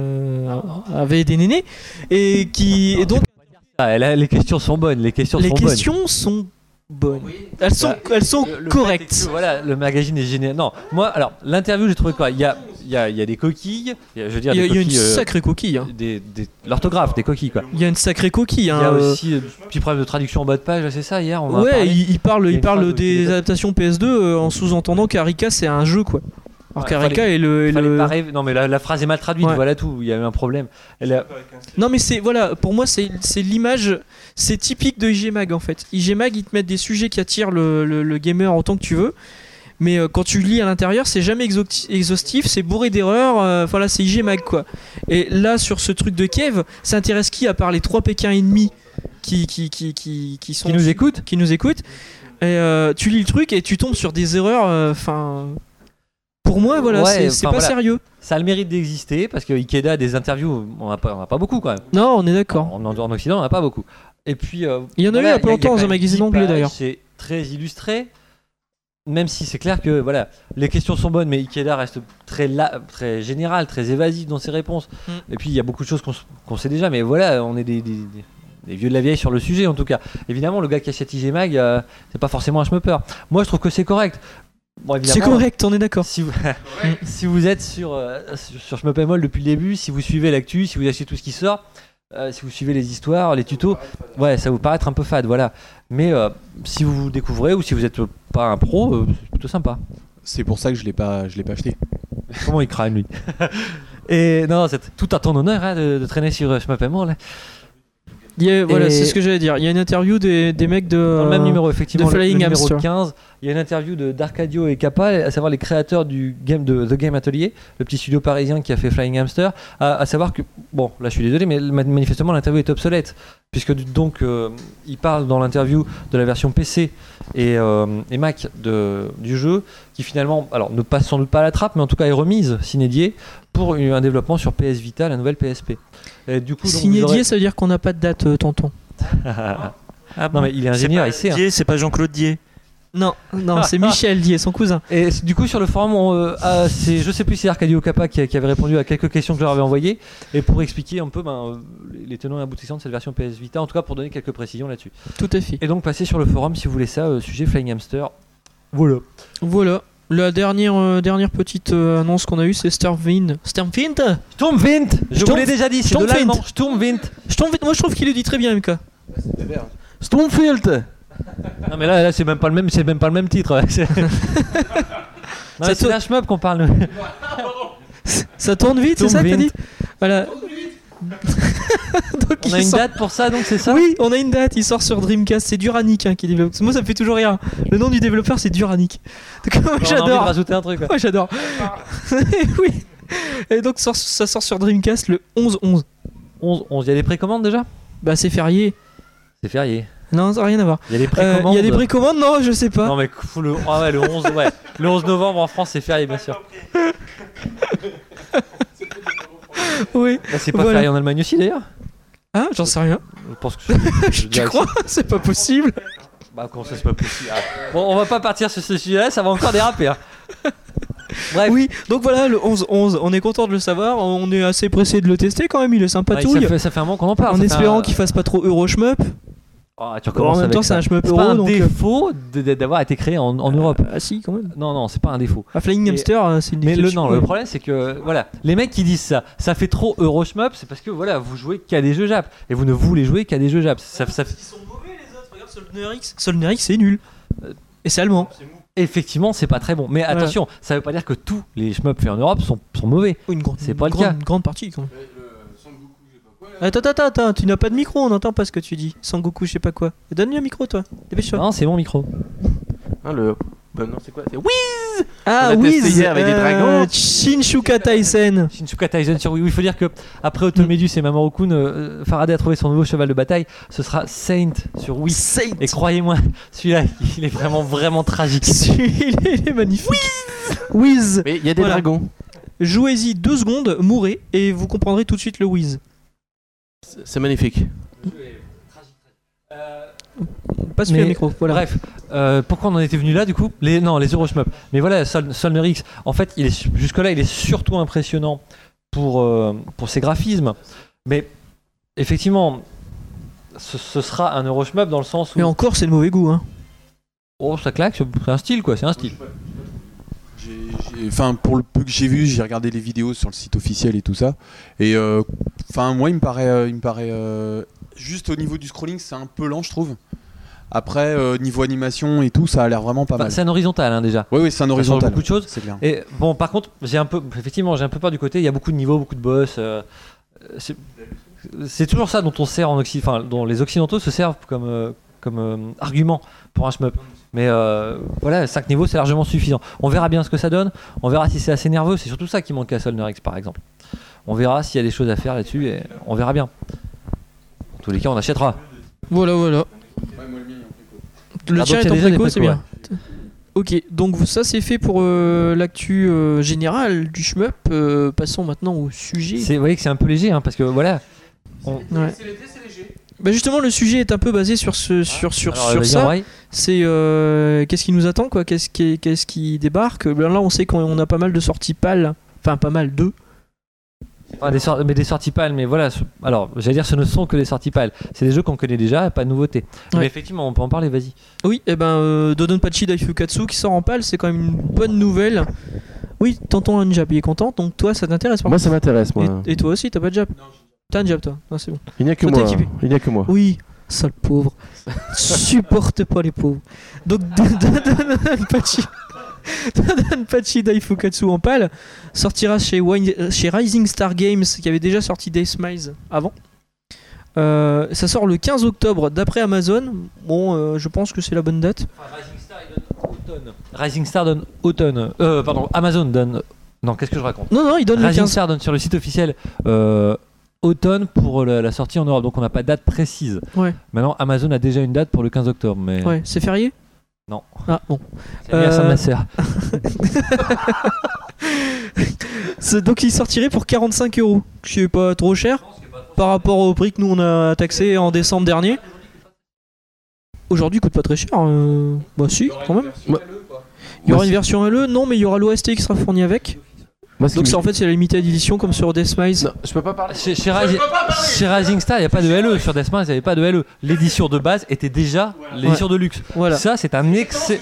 Speaker 1: avait des nénés et donc
Speaker 2: Les questions sont bonnes. Les questions
Speaker 1: sont bonnes. Elles sont correctes.
Speaker 2: Voilà, le magazine est génial. Non, moi, alors l'interview, j'ai trouvé quoi. Il y a des coquilles. Il
Speaker 1: y a une sacrée coquille. Hein.
Speaker 2: L'orthographe, des coquilles, quoi.
Speaker 1: Il y a une sacrée coquille.
Speaker 2: Il y a aussi petit problème de traduction en bas de page. C'est ça hier.
Speaker 1: Il parle des adaptations PS2 en sous-entendant qu'Arika c'est un jeu, quoi. Alors qu'Arika est le...
Speaker 2: Non mais la phrase est mal traduite, voilà tout, il y a eu un problème.
Speaker 1: Non mais pour moi c'est l'image, c'est typique de IG Mag en fait. IG Mag ils te mettent des sujets qui attirent le gamer autant que tu veux, mais quand tu lis à l'intérieur c'est jamais exhaustif, c'est bourré d'erreurs, voilà c'est IG Mag quoi. Et là sur ce truc de Cave, ça intéresse qui à part les 3 Pékins ennemis qui nous écoutent et tu lis le truc et tu tombes sur des erreurs, pour moi, voilà, c'est pas sérieux.
Speaker 2: Ça a le mérite d'exister parce que Ikeda, des interviews, on n'a pas beaucoup quand même.
Speaker 1: Non, on est d'accord.
Speaker 2: En Occident, on n'a pas beaucoup. Et puis,
Speaker 1: il y en a eu il y a pas longtemps dans un magazine anglais d'ailleurs.
Speaker 2: C'est très illustré, même si c'est clair que voilà, les questions sont bonnes, mais Ikeda reste très général, très évasif dans ses réponses. Et puis, il y a beaucoup de choses qu'on sait déjà, mais voilà, on est des vieux de la vieille sur le sujet en tout cas. Évidemment, le gars qui achète IG Mag, c'est pas forcément un schmupper. Moi, je trouve que c'est correct. Bon, c'est
Speaker 1: correct, on est d'accord.
Speaker 2: Si vous êtes sur Shmuppemol depuis le début, si vous suivez l'actu, si vous achetez tout ce qui sort, si vous suivez les histoires, les tutos, ouais, ça va vous paraître un peu fade, voilà. Mais si vous découvrez ou si vous n'êtes pas un pro, c'est plutôt sympa.
Speaker 3: C'est pour ça que je l'ai pas acheté.
Speaker 2: Comment il crame lui? Et non, c'est tout à ton honneur hein, de traîner sur Shmuppemol.
Speaker 1: Voilà, c'est ce que j'allais dire. Il y a une interview des mecs dans
Speaker 2: le même numéro, effectivement,
Speaker 1: de Flying
Speaker 2: le numéro
Speaker 1: Hamster.
Speaker 2: 15. Il y a une interview d'Arcadio et Kappa, à savoir les créateurs de The Game Atelier, le petit studio parisien qui a fait Flying Hamster. À savoir que, bon, là je suis désolé, mais manifestement l'interview est obsolète, puisque donc il parle dans l'interview de la version PC et Mac du jeu, qui finalement, alors ne passe sans doute pas à la trappe, mais en tout cas est remise s'inédiée pour un développement sur PS Vita, la nouvelle PSP. Et du coup,
Speaker 1: s'inédiée, ça veut dire qu'on n'a pas de date, tonton.
Speaker 2: Non mais il est ingénieur, il sait.
Speaker 4: Dier, c'est pas Jean-Claude Dier.
Speaker 1: Non, c'est Michel Dier, son cousin.
Speaker 2: Et du coup sur le forum, je sais plus si c'est Arcadio Kappa qui avait répondu à quelques questions que je leur avais envoyées, et pour expliquer un peu les tenants et aboutissants de cette version PS Vita, en tout cas pour donner quelques précisions là-dessus.
Speaker 1: Tout à fait.
Speaker 2: Et donc passez sur le forum si vous voulez ça, sujet Flying Hamster. Voilà.
Speaker 1: La dernière petite annonce qu'on a eue, c'est Sturmwind. Sturmwind.
Speaker 2: Je vous l'ai déjà dit, c'est de l'allemand. Sturmwind.
Speaker 1: Moi je trouve qu'il le dit très bien, MK.
Speaker 2: Sturmwind. Non mais là c'est même pas le même titre. Non, c'est la shmup qu'on parle.
Speaker 1: Ça tourne vite, c'est ça que t'as dit? Voilà.
Speaker 2: Donc, on a une date pour ça, donc c'est ça?
Speaker 1: Oui, on a une date, il sort sur Dreamcast, c'est Duranic qui développe. Moi ça me fait toujours rire. Le nom du développeur c'est Duranic. Donc, moi, j'adore.
Speaker 2: On a envie de rajouter un truc.
Speaker 1: Moi j'adore. Oui. Et donc ça sort sur Dreamcast le 11-11.
Speaker 2: 11, il y a des précommandes déjà?
Speaker 1: Bah c'est férié.
Speaker 2: C'est férié.
Speaker 1: Non, ça n'a rien à voir.
Speaker 2: Il y a des précommandes.
Speaker 1: Il y a des précommandes? Non, je sais pas.
Speaker 2: Non mais le 11, ouais. Le 11 novembre en France c'est férié bien sûr.
Speaker 1: Oui.
Speaker 2: Bah, c'est pas férié en Allemagne aussi d'ailleurs?
Speaker 1: Ah, j'en sais rien.
Speaker 2: Je pense que
Speaker 1: tu crois? C'est pas possible.
Speaker 2: Bah comment ça c'est pas possible? Bon, on va pas partir sur ce sujet-là, ça va encore déraper. Hein. Bref.
Speaker 1: Oui, donc voilà le 11-11, on est content de le savoir, on est assez pressé de le tester quand même, il est sympatouille.
Speaker 2: Ça fait un moment qu'on en parle.
Speaker 1: En espérant qu'il fasse pas trop Euroshmup.
Speaker 2: En
Speaker 1: même temps, c'est un shmup euro.
Speaker 2: C'est pas un
Speaker 1: donc
Speaker 2: défaut d'avoir été créé en Europe.
Speaker 1: Ah si, quand même.
Speaker 2: Non, c'est pas un défaut.
Speaker 1: Flying Hamster, c'est une.
Speaker 2: Mais le problème, c'est que voilà, les mecs qui disent ça fait trop Euroshmup, c'est parce que voilà, vous jouez qu'à des jeux Jap et vous ne voulez jouer qu'à des jeux Jap.
Speaker 1: Ils sont mauvais les autres. Regarde Solnerix. Solnerix, c'est nul. Et c'est allemand.
Speaker 2: Effectivement, c'est pas très bon. Mais attention, ça veut pas dire que tous les shmups faits en Europe sont mauvais.
Speaker 1: C'est pas
Speaker 2: le cas.
Speaker 1: Une grande partie quand même. Attends, tu n'as pas de micro, on n'entend pas ce que tu dis. Sangoku, je sais pas quoi. Donne-lui un micro, toi. Dépêche-toi.
Speaker 2: Non, c'est mon micro.
Speaker 5: Non, c'est quoi? C'est Whiz.
Speaker 1: Ah,
Speaker 5: On a testé
Speaker 1: Whiz
Speaker 5: hier avec des dragons.
Speaker 1: Shinshuka Taisen.
Speaker 2: Shinsuka Taisen sur Wii U. Il faut dire que après Automedus et Mamoru-kun, Faraday a trouvé son nouveau cheval de bataille. Ce sera Saint sur Wii.
Speaker 1: Saint.
Speaker 2: Et croyez-moi, celui-là, il est vraiment tragique.
Speaker 1: Il est magnifique. Whiz.
Speaker 5: Mais il y a des
Speaker 1: Voilà.
Speaker 5: dragons.
Speaker 1: Jouez-y 2 secondes, mourrez, et vous comprendrez tout de suite le Whiz.
Speaker 5: C'est magnifique.
Speaker 1: Passe-lui
Speaker 2: Mais,
Speaker 1: le micro. Voilà.
Speaker 2: Bref, pourquoi on en était venu là du coup les Euroshmup. Mais voilà, Solner X, en fait, jusque-là, il est surtout impressionnant pour ses graphismes. Mais effectivement, ce sera un Euroshmup dans le sens où.
Speaker 1: Mais encore, c'est le mauvais goût. Hein.
Speaker 2: Oh, ça claque, c'est un style quoi, c'est un style.
Speaker 3: Enfin, pour le peu que j'ai vu, j'ai regardé les vidéos sur le site officiel et tout ça. Et enfin, moi, il me paraît juste au niveau du scrolling, c'est un peu lent, je trouve. Après, niveau animation et tout, ça a l'air vraiment pas mal.
Speaker 2: C'est un horizontal hein, déjà.
Speaker 3: Oui, c'est un
Speaker 2: Ça
Speaker 3: horizontal.
Speaker 2: change beaucoup de choses.
Speaker 3: C'est clair.
Speaker 2: Et bon, par contre, j'ai un peu peur du côté. Il y a beaucoup de niveaux, beaucoup de boss. C'est toujours ça dont on sert dont les occidentaux se servent comme argument pour un shmup. Mais voilà, 5 niveaux, c'est largement suffisant. On verra bien ce que ça donne. On verra si c'est assez nerveux. C'est surtout ça qui manque à Solner X, par exemple. On verra s'il y a des choses à faire là-dessus et on verra bien. En tous les cas, on achètera.
Speaker 1: Voilà. Le
Speaker 2: Ah,
Speaker 1: tien
Speaker 2: donc, il y
Speaker 1: est
Speaker 2: a
Speaker 1: en
Speaker 2: déjà des
Speaker 1: préco,
Speaker 2: précos,
Speaker 1: c'est bien. Ok, donc ça c'est fait pour l'actu générale du shmup. Passons maintenant au sujet.
Speaker 2: Vous voyez que c'est un peu léger, hein, parce que voilà.
Speaker 1: Ouais. Bah justement, le sujet est un peu basé sur
Speaker 2: Alors,
Speaker 1: ça.
Speaker 2: vas-y,
Speaker 1: C'est qu'est-ce qui nous attend, quoi. Qu'est-ce qui débarque. Ben là, on sait qu'on a pas mal de sorties pâles. Enfin, pas mal, 2.
Speaker 2: des sorties pâles, mais voilà. Alors, j'allais dire, ce ne sont que des sorties pâles. C'est des jeux qu'on connaît déjà, pas de nouveautés.
Speaker 1: Ouais.
Speaker 2: Mais effectivement, on peut en parler, vas-y.
Speaker 1: Oui, et Dodonpachi Daifukatsu qui sort en pâle, c'est quand même une bonne nouvelle. Oui, tonton a un jab, il est content, donc toi ça t'intéresse pas.
Speaker 5: Moi, ça m'intéresse, moi.
Speaker 1: Et toi aussi, t'as pas de jab? T'as un jab, toi? Non, c'est bon.
Speaker 5: Il n'y a que
Speaker 1: Faut
Speaker 5: moi.
Speaker 1: t'équiper.
Speaker 5: Il n'y a que moi.
Speaker 1: Oui, sale pauvre. Supporte pas les pauvres. Donc, Dodonpachi Daifukatsu en pâle sortira chez Rising Star Games, qui avait déjà sorti Death Smiles avant. Ça sort le 15 octobre d'après Amazon. Bon, je pense que c'est la bonne date.
Speaker 2: Rising Star donne automne. Pardon, Amazon donne. Non, qu'est-ce que je raconte?
Speaker 1: Non, il donne le
Speaker 2: Rising
Speaker 1: 15.
Speaker 2: Star donne sur le site officiel automne pour la sortie en Europe, donc on n'a pas de date précise.
Speaker 1: Ouais.
Speaker 2: Maintenant, Amazon a déjà une date pour le 15 octobre, mais
Speaker 1: Ouais, c'est férié?
Speaker 2: Non.
Speaker 1: Ah bon.
Speaker 2: c'est l'anniversaire de ma sœur.
Speaker 1: Donc il sortirait pour 45€, ce qui est pas trop cher par rapport au prix que nous on a taxé en décembre dernier. Aujourd'hui il coûte pas très cher. Bah si, quand même. Il y aura une version LE, non, mais il y aura l'OST qui sera fourni avec.
Speaker 5: Moi, ce
Speaker 1: Donc
Speaker 5: qui
Speaker 1: c'est
Speaker 5: me-
Speaker 1: en fait c'est la limited edition comme sur Death Smiles.
Speaker 5: Non, je peux pas parler.
Speaker 2: Chez Rising Star, il n'y a pas de LE. Sur Deathmatch, il n'y avait pas de LE. L'édition de base était déjà l'édition de luxe.
Speaker 1: Voilà.
Speaker 2: Ça, c'est un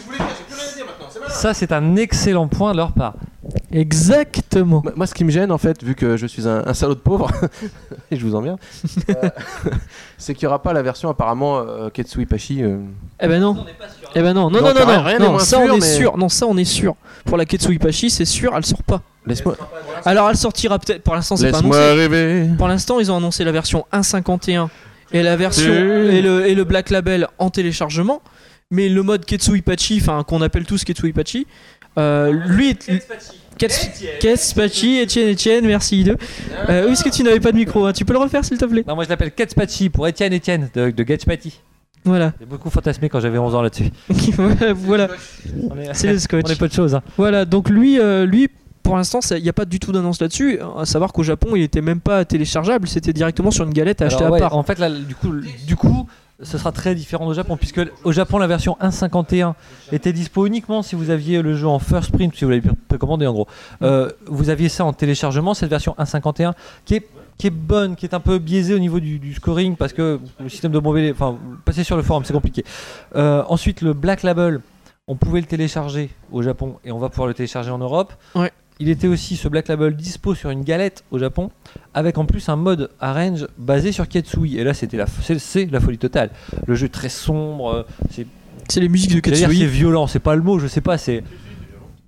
Speaker 2: excellent point de leur part.
Speaker 1: Exactement.
Speaker 5: Moi, ce qui me gêne, en fait, vu que je suis un salaud de pauvre, et je vous emmerde, c'est qu'il n'y aura pas la version apparemment Ketsui Pachi.
Speaker 1: Eh ben non. Eh ben non,
Speaker 5: Donc, rien n'est moins
Speaker 1: ça on
Speaker 5: sûr,
Speaker 1: est
Speaker 5: mais-
Speaker 1: sûr. Non, ça on est sûr. Pour la Ketsui Pachi, c'est sûr, elle sort pas.
Speaker 5: Laisse-moi
Speaker 1: Alors elle sortira peut-être. Pour l'instant, c'est pas annoncé.
Speaker 5: rêver.
Speaker 1: Pour l'instant, ils ont annoncé la version 1.51 et la version
Speaker 5: Oui.
Speaker 1: et le Black Label en téléchargement, mais le mode Ketsuipachi, enfin qu'on appelle tous Ketsuipachi, lui Ketspachi, Etienne, merci Hideux. Oui, est-ce que tu n'avais pas de micro, hein? Tu peux le refaire s'il te plaît?
Speaker 2: Non, moi je l'appelle Ketspachi pour Etienne de Getspati.
Speaker 1: Voilà.
Speaker 2: J'ai beaucoup fantasmé quand j'avais 11 ans là-dessus.
Speaker 1: Voilà, c'est le
Speaker 2: On
Speaker 1: scotch.
Speaker 2: est peu de choses. Hein.
Speaker 1: Voilà, donc lui pour l'instant, il n'y a pas du tout d'annonce là-dessus. À savoir qu'au Japon, il était même pas téléchargeable, c'était directement sur une galette à acheter
Speaker 2: Alors,
Speaker 1: à
Speaker 2: ouais,
Speaker 1: part.
Speaker 2: en fait, là, du coup, ce sera très différent au Japon, puisque au Japon, la version 1.51 était dispo uniquement si vous aviez le jeu en first print, si vous l'avez précommandé en gros. Vous aviez ça en téléchargement, cette version 1.51 qui est bonne, qui est un peu biaisée au niveau du scoring, parce que le système de bomber, enfin, passer sur le forum, c'est compliqué. Ensuite, le Black Label, on pouvait le télécharger au Japon et on va pouvoir le télécharger en Europe.
Speaker 1: Ouais.
Speaker 2: Il était aussi ce Black Label dispo sur une galette au Japon, avec en plus un mode arrange basé sur Ketsui. Et là, c'est la folie totale. Le jeu est très sombre,
Speaker 1: C'est les musiques de
Speaker 2: j'allais dire c'est
Speaker 1: Ketsui.
Speaker 2: violent, c'est pas le mot, je sais pas, c'est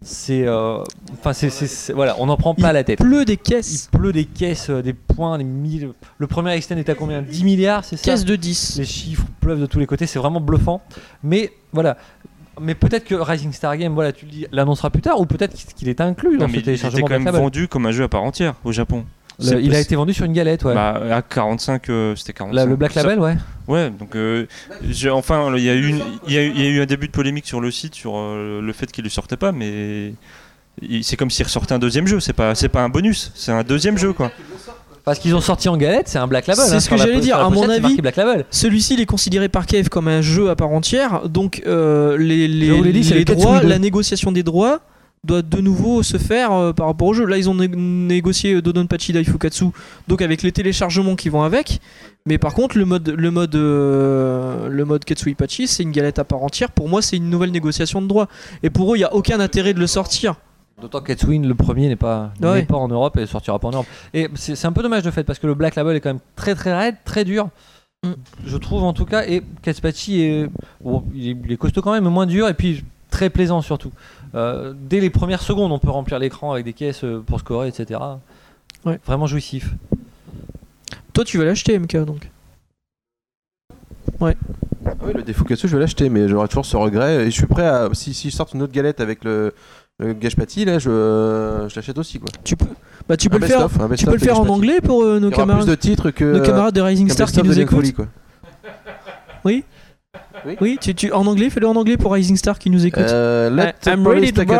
Speaker 2: voilà, on n'en prend pas la tête.
Speaker 1: Il pleut des caisses.
Speaker 2: Il pleut des caisses, des points, des mille. Le premier extend est à combien 10 milliards, c'est ça?
Speaker 1: Caisse de 10.
Speaker 2: Les chiffres pleuvent de tous les côtés, c'est vraiment bluffant. Mais voilà. Mais peut-être que Rising Star Game, voilà, tu le dis, l'annoncera plus tard, ou peut-être qu'il est inclus dans ce
Speaker 4: il était
Speaker 2: téléchargement.
Speaker 4: quand même vendu comme un jeu à part entière au Japon.
Speaker 2: Il a été vendu sur une galette, ouais.
Speaker 4: Bah, à 45, c'était 45.
Speaker 2: Le Black Label, ouais.
Speaker 4: Ouais, donc enfin, il y a eu un début de polémique sur le site sur le fait qu'il ne sortait pas, mais c'est comme s'il ressortait un deuxième jeu. C'est pas un bonus, c'est un deuxième jeu, quoi.
Speaker 2: Parce qu'ils ont sorti en galette, c'est un Black Label.
Speaker 1: C'est ce que j'allais dire. À mon avis,
Speaker 2: Black Label.
Speaker 1: Celui-ci il est considéré par Cave comme un jeu à part entière, donc les droits, la négociation des droits doit de nouveau se faire par rapport au jeu. Là, ils ont négocié Dodonpachi Daifukatsu, donc avec les téléchargements qui vont avec. Mais par contre, le mode Katsuipachi, c'est une galette à part entière. Pour moi, c'est une nouvelle négociation de droits. Et pour eux, il n'y a aucun intérêt de le sortir.
Speaker 2: D'autant que Katsuin, le premier, n'est pas en Europe et sortira pas en Europe. Et c'est un peu dommage de fait, parce que le Black Label est quand même très très raide, très dur. Je trouve en tout cas. Et Katsuipachi il est costaud quand même, mais moins dur. Et puis très plaisant surtout. Dès les premières secondes, on peut remplir l'écran avec des caisses pour scorer, etc.
Speaker 1: Ouais.
Speaker 2: Vraiment jouissif.
Speaker 1: Toi, tu vas l'acheter, MK, donc. Ouais.
Speaker 5: Ah oui, le Defukatsu, je vais l'acheter, mais j'aurai toujours ce regret. Et je suis prêt à. Si je sors une autre galette avec le Gashpati, là, je l'achète aussi, quoi.
Speaker 1: Tu peux le faire. Tu peux le faire en anglais pour nos camarades.
Speaker 5: Plus de titres que
Speaker 1: nos camarades de Rising Star qui nous écoutent.
Speaker 5: Folie, quoi.
Speaker 1: Oui. Oui, en anglais, fais-le en anglais pour Rising Star qui nous écoute. I'm ready to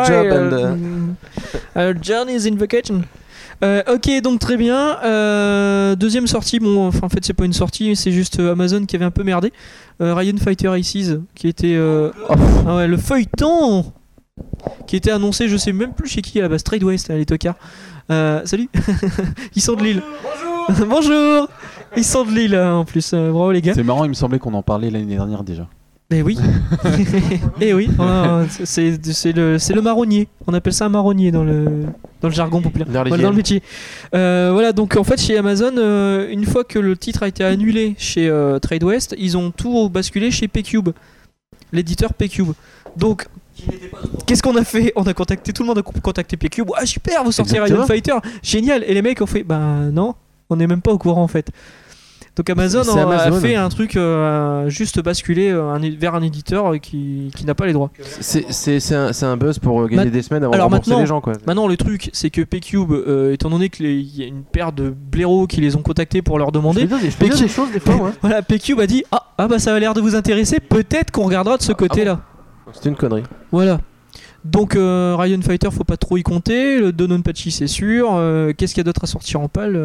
Speaker 1: buy Journey's in Vacation. Ok, donc très bien. Deuxième sortie, bon, en fait c'est pas une sortie, c'est juste Amazon qui avait un peu merdé. Ryan Fighter Aces, qui était le feuilleton qui était annoncé, je sais même plus chez qui à la base, Trade West, les tocards. Salut. Ils sont de Lille. Bonjour. Bonjour. Ils sont de Lille en plus, bravo les gars.
Speaker 3: C'est marrant, il me semblait qu'on en parlait l'année dernière déjà.
Speaker 1: Eh oui. Eh oui, c'est le marronnier. On appelle ça un marronnier dans le jargon populaire. Voilà, dans le métier. Voilà, donc en fait chez Amazon, une fois que le titre a été annulé chez Trade West, ils ont tout basculé chez P-Cube, l'éditeur P-Cube. Donc qu'est-ce qu'on a fait? On a contacté, tout le monde a contacté P-Cube. Ah super, vous sortez Ryan Fighter, génial. Et les mecs ont fait, bah non, on n'est même pas au courant en fait. Donc Amazon a fait un truc juste basculer vers un éditeur qui n'a pas les droits.
Speaker 5: C'est un buzz pour gagner des semaines avant de rembourser les gens, quoi.
Speaker 1: Maintenant le truc c'est que P-Cube, étant donné qu'il y a une paire de blaireaux qui les ont contactés pour leur demander,
Speaker 5: je fais des choses des fois, ouais.
Speaker 1: Voilà, P-Cube a dit ah bah ça a l'air de vous intéresser, peut-être qu'on regardera de ce côté-là.
Speaker 5: C'est une connerie.
Speaker 1: Voilà. Donc Ryan Fighter, faut pas trop y compter. Le Dodonpachi, c'est sûr. Qu'est-ce qu'il y a d'autre à sortir en pâle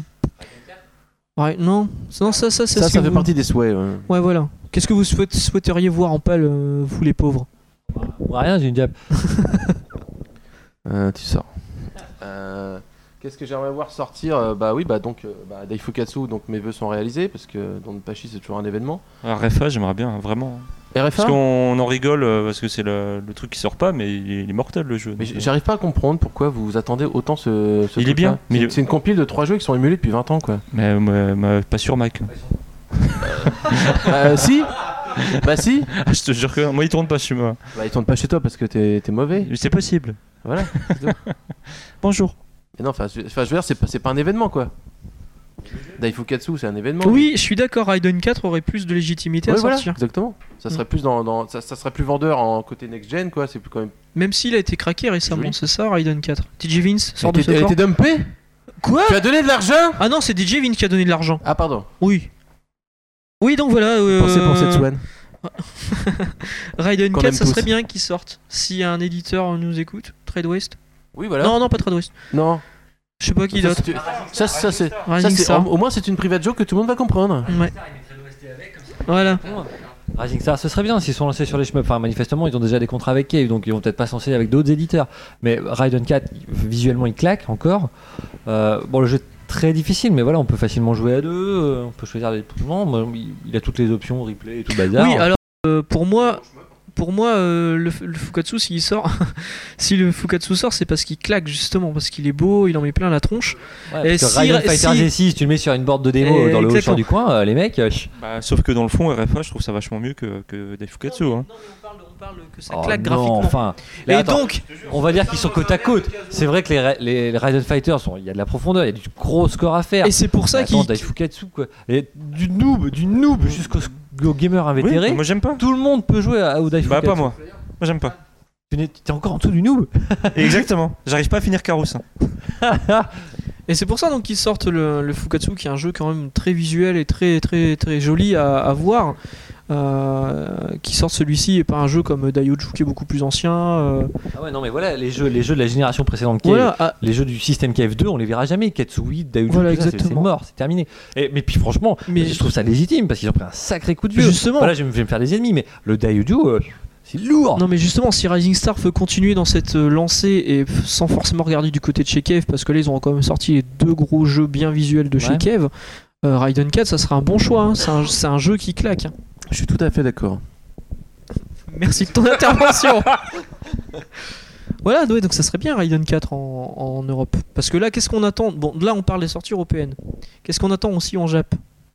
Speaker 1: Ouais, non, ça
Speaker 5: fait partie des souhaits.
Speaker 1: Ouais, voilà. Qu'est-ce que vous souhaiteriez voir en pâle, vous les pauvres?
Speaker 2: Rien, j'ai une diable.
Speaker 5: Tu sors. Qu'est-ce que j'aimerais voir sortir? Daifukatsu, donc mes vœux sont réalisés parce que Dodonpachi c'est toujours un événement.
Speaker 4: RFA, j'aimerais bien, vraiment.
Speaker 5: RFA,
Speaker 4: parce qu'on en rigole parce que c'est le truc qui sort pas, mais il est mortel le jeu.
Speaker 5: Mais j'arrive pas à comprendre pourquoi vous attendez autant ce
Speaker 4: il est bien.
Speaker 5: C'est une compile de 3 jeux qui sont émulés depuis 20 ans, quoi.
Speaker 4: Mais pas sur Mac.
Speaker 5: Si. Bah si.
Speaker 4: Je te jure que moi il tourne pas chez moi.
Speaker 5: Bah il tourne pas chez toi parce que t'es mauvais.
Speaker 4: C'est possible.
Speaker 5: Voilà.
Speaker 4: Bonjour.
Speaker 5: Mais non, je veux dire, c'est pas un événement, quoi. Daifukatsu, c'est un événement.
Speaker 1: Oui, je suis d'accord. Raiden 4 aurait plus de légitimité à sortir.
Speaker 5: Voilà, exactement. Ça serait plus ça serait plus vendeur en côté next-gen, quoi. C'est plus quand même.
Speaker 1: Même s'il a été craqué récemment, c'est ça, Raiden 4. DJ Vince sort de ce
Speaker 5: corps. Elle était dumpée.
Speaker 1: Quoi?
Speaker 5: Tu as donné de l'argent?
Speaker 1: Ah non, c'est DJ Vince qui a donné de l'argent.
Speaker 5: Ah pardon.
Speaker 1: Oui. Oui, donc voilà.
Speaker 5: Pensez pour cette Swan.
Speaker 1: Raiden 4, ça serait bien qu'il sorte. Si un éditeur nous écoute, Trade West.
Speaker 5: Oui, voilà.
Speaker 1: Non, pas Trade West.
Speaker 5: Non.
Speaker 1: Je sais pas qui d'autre.
Speaker 5: Au moins c'est une private joke que tout le monde va comprendre.
Speaker 1: Ouais. Voilà.
Speaker 2: Rising Star, ce serait bien s'ils sont lancés sur les shmups. Enfin, manifestement, ils ont déjà des contrats avec Cave, donc ils vont peut-être pas se lancer avec d'autres éditeurs. Mais Raiden 4, visuellement, il claque encore. Le jeu est très difficile, mais voilà, on peut facilement jouer à deux. On peut choisir des. Non, il a toutes les options, replay et tout le bazar.
Speaker 1: Oui, alors pour moi, pour moi, le Fukatsu, s'il sort, si le Fukatsu sort, c'est parce qu'il claque justement, parce qu'il est beau, il en met plein la tronche.
Speaker 2: Ouais, parce que Raiden Fighter Z6, tu le mets sur une board de démo dans le champ du coin, les mecs.
Speaker 4: Sauf que dans le fond, RFA, je trouve ça vachement mieux que des Fukatsu.
Speaker 1: Non, mais on parle que ça claque graphiquement.
Speaker 2: Enfin,
Speaker 1: et attends, donc,
Speaker 2: on va dire qu'ils sont côte à côte. C'est vrai que les Raiden Fighters, il y a de la profondeur, il y a du gros score à faire.
Speaker 1: Et c'est pour ça qu'il.
Speaker 2: Daifukatsu, quoi. Et du noob jusqu'au gamer invétéré.
Speaker 4: Oui, moi j'aime pas.
Speaker 2: Tout le monde peut jouer au Daifukatsu.
Speaker 4: Bah, pas moi. Moi j'aime pas.
Speaker 2: T'es encore en dessous du noob.
Speaker 4: Exactement. J'arrive pas à finir Carus.
Speaker 1: Et c'est pour ça donc qu'ils sortent le Fukatsu, qui est un jeu quand même très visuel et très très très joli à voir. Qui sortent celui-ci et pas un jeu comme Daioju qui est beaucoup plus ancien.
Speaker 2: Ah ouais, non mais voilà, les jeux de la génération précédente, voilà, les jeux du système KF2, on les verra jamais. Katsui, Daioju, voilà, c'est mort, c'est terminé. Mais puis franchement, je trouve ça légitime parce qu'ils ont pris un sacré coup de vieux.
Speaker 1: Justement.
Speaker 2: Voilà, je vais me faire des ennemis, mais le Daioju, c'est lourd.
Speaker 1: Non mais justement, si Rising Star veut continuer dans cette lancée et sans forcément regarder du côté de chez Kev, parce que là ils ont quand même sorti les 2 gros jeux bien visuels de chez Kev, Raiden 4 ça sera un bon choix, hein. C'est un jeu qui claque. Hein.
Speaker 5: Je suis tout à fait d'accord.
Speaker 1: Merci de ton intervention. Voilà, ouais, donc ça serait bien Raiden 4 en Europe. Parce que là, qu'est-ce qu'on attend? Bon, là on parle des sorties européennes. Qu'est-ce qu'on attend aussi en Jap?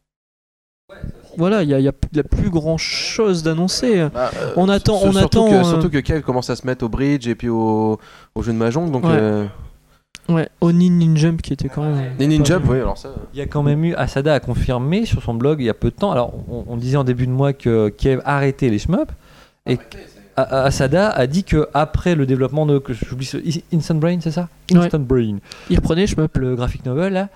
Speaker 1: Voilà, il y a plus grand chose d'annoncer. On attend.
Speaker 5: Surtout que Kev commence à se mettre au bridge et puis au jeu de Mahjong. Donc,
Speaker 1: ouais, au Ninjump qui était quand même.
Speaker 5: Ninjump, oui, alors ça.
Speaker 2: Il y a quand même eu. Asada a confirmé sur son blog il y a peu de temps. Alors, on disait en début de mois que Kev arrêtait les shmups. Et Asada a dit que après le développement de. J'oublie ce. Instant Brain, c'est ça? Instant Brain.
Speaker 1: Il reprenait shmup.
Speaker 2: Le graphic novel, là.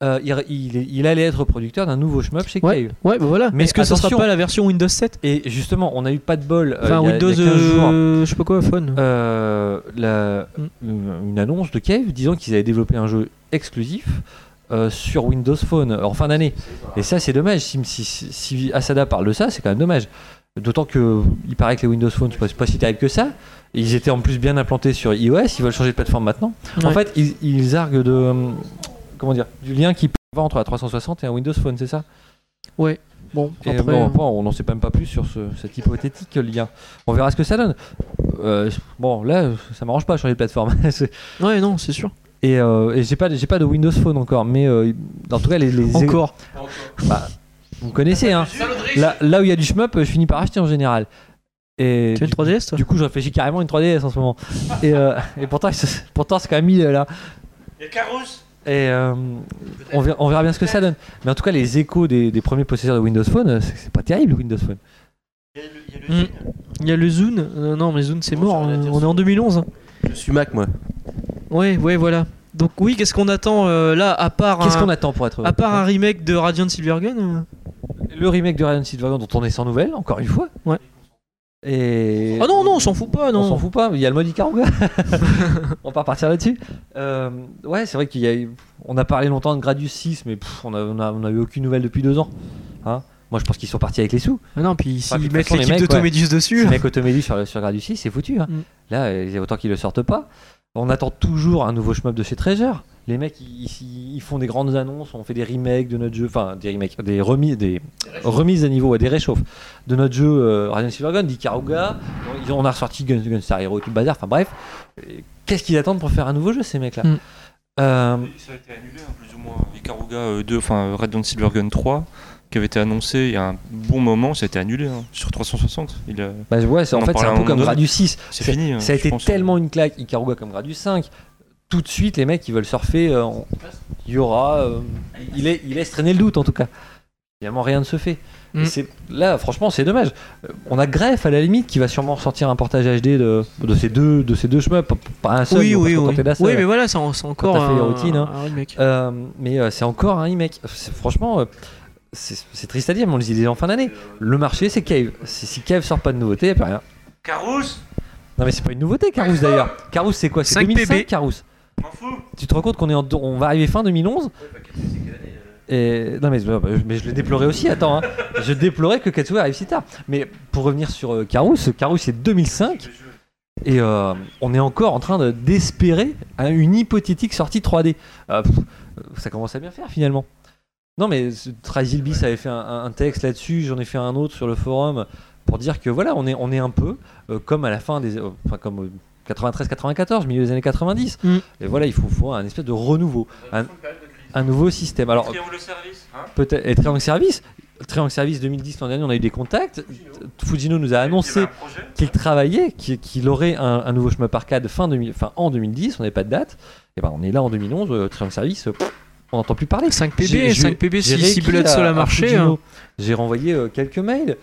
Speaker 2: Il allait être producteur d'un nouveau shmup chez Cave.
Speaker 1: Ouais, bah voilà. Mais est-ce que ça sera pas la version Windows 7?
Speaker 2: Et justement, on a eu pas de bol.
Speaker 1: Enfin, Windows, je sais pas quoi, Phone.
Speaker 2: Une annonce de Cave disant qu'ils avaient développé un jeu exclusif sur Windows Phone en fin d'année. Et ça, c'est dommage. Si Asada parle de ça, c'est quand même dommage. D'autant que il paraît que les Windows Phone, c'est pas si terrible que ça. Ils étaient en plus bien implantés sur iOS. Ils veulent changer de plateforme maintenant. Ouais. En fait, ils arguent de comment dire, du lien qui peut y avoir entre la 360 et un Windows Phone, c'est ça? Ouais. Bon, après, on n'en sait même pas plus sur cet hypothétique lien. On verra ce que ça donne. Bon, là, ça m'arrange pas de changer de plateforme.
Speaker 1: Ouais, non, c'est sûr.
Speaker 2: Et j'ai pas de Windows Phone encore, mais en tout cas, les
Speaker 1: encore.
Speaker 2: Bah, vous me connaissez, hein. Là où il y a du shmup, je finis par acheter en général. Et
Speaker 1: tu as une 3DS, toi?
Speaker 2: Du coup, je réfléchis carrément à une 3DS en ce moment. et pourtant, c'est quand même mis là.
Speaker 4: Il y a Carus.
Speaker 2: Et on verra bien ce que ça donne. Mais en tout cas, les échos des premiers possesseurs de Windows Phone, c'est pas terrible, Windows Phone.
Speaker 1: Il y a le Zune. Non, mais Zune, c'est mort. On est en 2011.
Speaker 5: Je suis Mac, moi.
Speaker 1: Ouais, voilà. Donc oui, qu'est-ce qu'on attend là, à part
Speaker 2: qu'est-ce qu'on attend pour être
Speaker 1: à part un remake de Radiant Silvergun?
Speaker 2: Le remake de Radiant Silvergun dont on est sans nouvelles, encore une fois.
Speaker 1: Ouais.
Speaker 2: Et...
Speaker 1: Ah non, on s'en fout pas, non.
Speaker 2: On s'en fout pas, il y a le mode Ikaruga. On va pas repartir là-dessus. Ouais, c'est vrai on a parlé longtemps de Gradius 6, mais on a eu aucune nouvelle depuis 2 ans. Hein, moi, je pense qu'ils sont partis avec les sous.
Speaker 1: Ah non, puis s'ils mettent l'équipe d'Automedius dessus.
Speaker 2: S'ils mettent Automedius sur Gradius 6, c'est foutu. Hein. Là, il y a autant qu'ils le sortent pas. On attend toujours un nouveau shmup de chez Treasure. Les mecs, ils font des grandes annonces, on fait des remakes de notre jeu, enfin des remises à niveau, des réchauffes de notre jeu Radiant Silvergun, d'Ikaruga. On a ressorti Gunstar Hero et tout le bazar, enfin bref. Qu'est-ce qu'ils attendent pour faire un nouveau jeu, ces mecs-là?
Speaker 4: Ça a été annulé, plus ou moins. Ikaruga 2, enfin Radiant Silvergun 3, qui avait été annoncé il y a un bon moment, ça a été annulé sur 360.
Speaker 2: Bah ouais, en fait, c'est un peu comme Gradius 6.
Speaker 4: C'est fini.
Speaker 2: Ça a été tellement une claque, Ikaruga comme Gradius 5. Tout de suite, les mecs, ils veulent surfer. Il y aura. Il laisse traîner le doute, en tout cas. Finalement, rien ne se fait. Et là, franchement, c'est dommage. On a Greff, à la limite, qui va sûrement ressortir un portage HD de ces deux shmups. Pas un seul.
Speaker 1: Oui, mais voilà, c'est encore
Speaker 2: un routine,
Speaker 1: un remake.
Speaker 2: Mais c'est encore un remake. Franchement. C'est triste à dire, mais on les dit en fin d'année. Le marché, c'est Cave. Si Cave sort pas de nouveauté, il n'y a rien.
Speaker 4: Carous.
Speaker 2: Non, mais c'est pas une nouveauté, Carous d'ailleurs. Carous, c'est quoi? C'est 2005, Carous.
Speaker 4: M'en fous.
Speaker 2: Tu te rends compte on va arriver fin 2011? Et... Non, mais je l'ai déploré aussi, attends. Hein. Je déplorais que Katsui arrive si tard. Mais pour revenir sur Carous c'est 2005. Et on est encore en train d'espérer une hypothétique sortie 3D. Ça commence à bien faire finalement. Non mais Trazilbis avait fait un texte là-dessus, j'en ai fait un autre sur le forum. pour dire que voilà, on est un peu comme à la fin des, comme 93-94, milieu des années 90. Et voilà, il faut un espèce de renouveau, un nouveau système. Alors
Speaker 4: Triangle Service, hein,
Speaker 2: peut-être et Triangle Service 2010 l'an dernier, on a eu des contacts. Fujino nous a annoncé qu'il travaillait, qu'il aurait un nouveau shmup arcade en 2010. On n'avait pas de date. Et ben on est là en 2011. Triangle Service, on n'entend plus parler.
Speaker 1: 5 PB si Bullet Soul a marché.
Speaker 2: J'ai renvoyé quelques mails.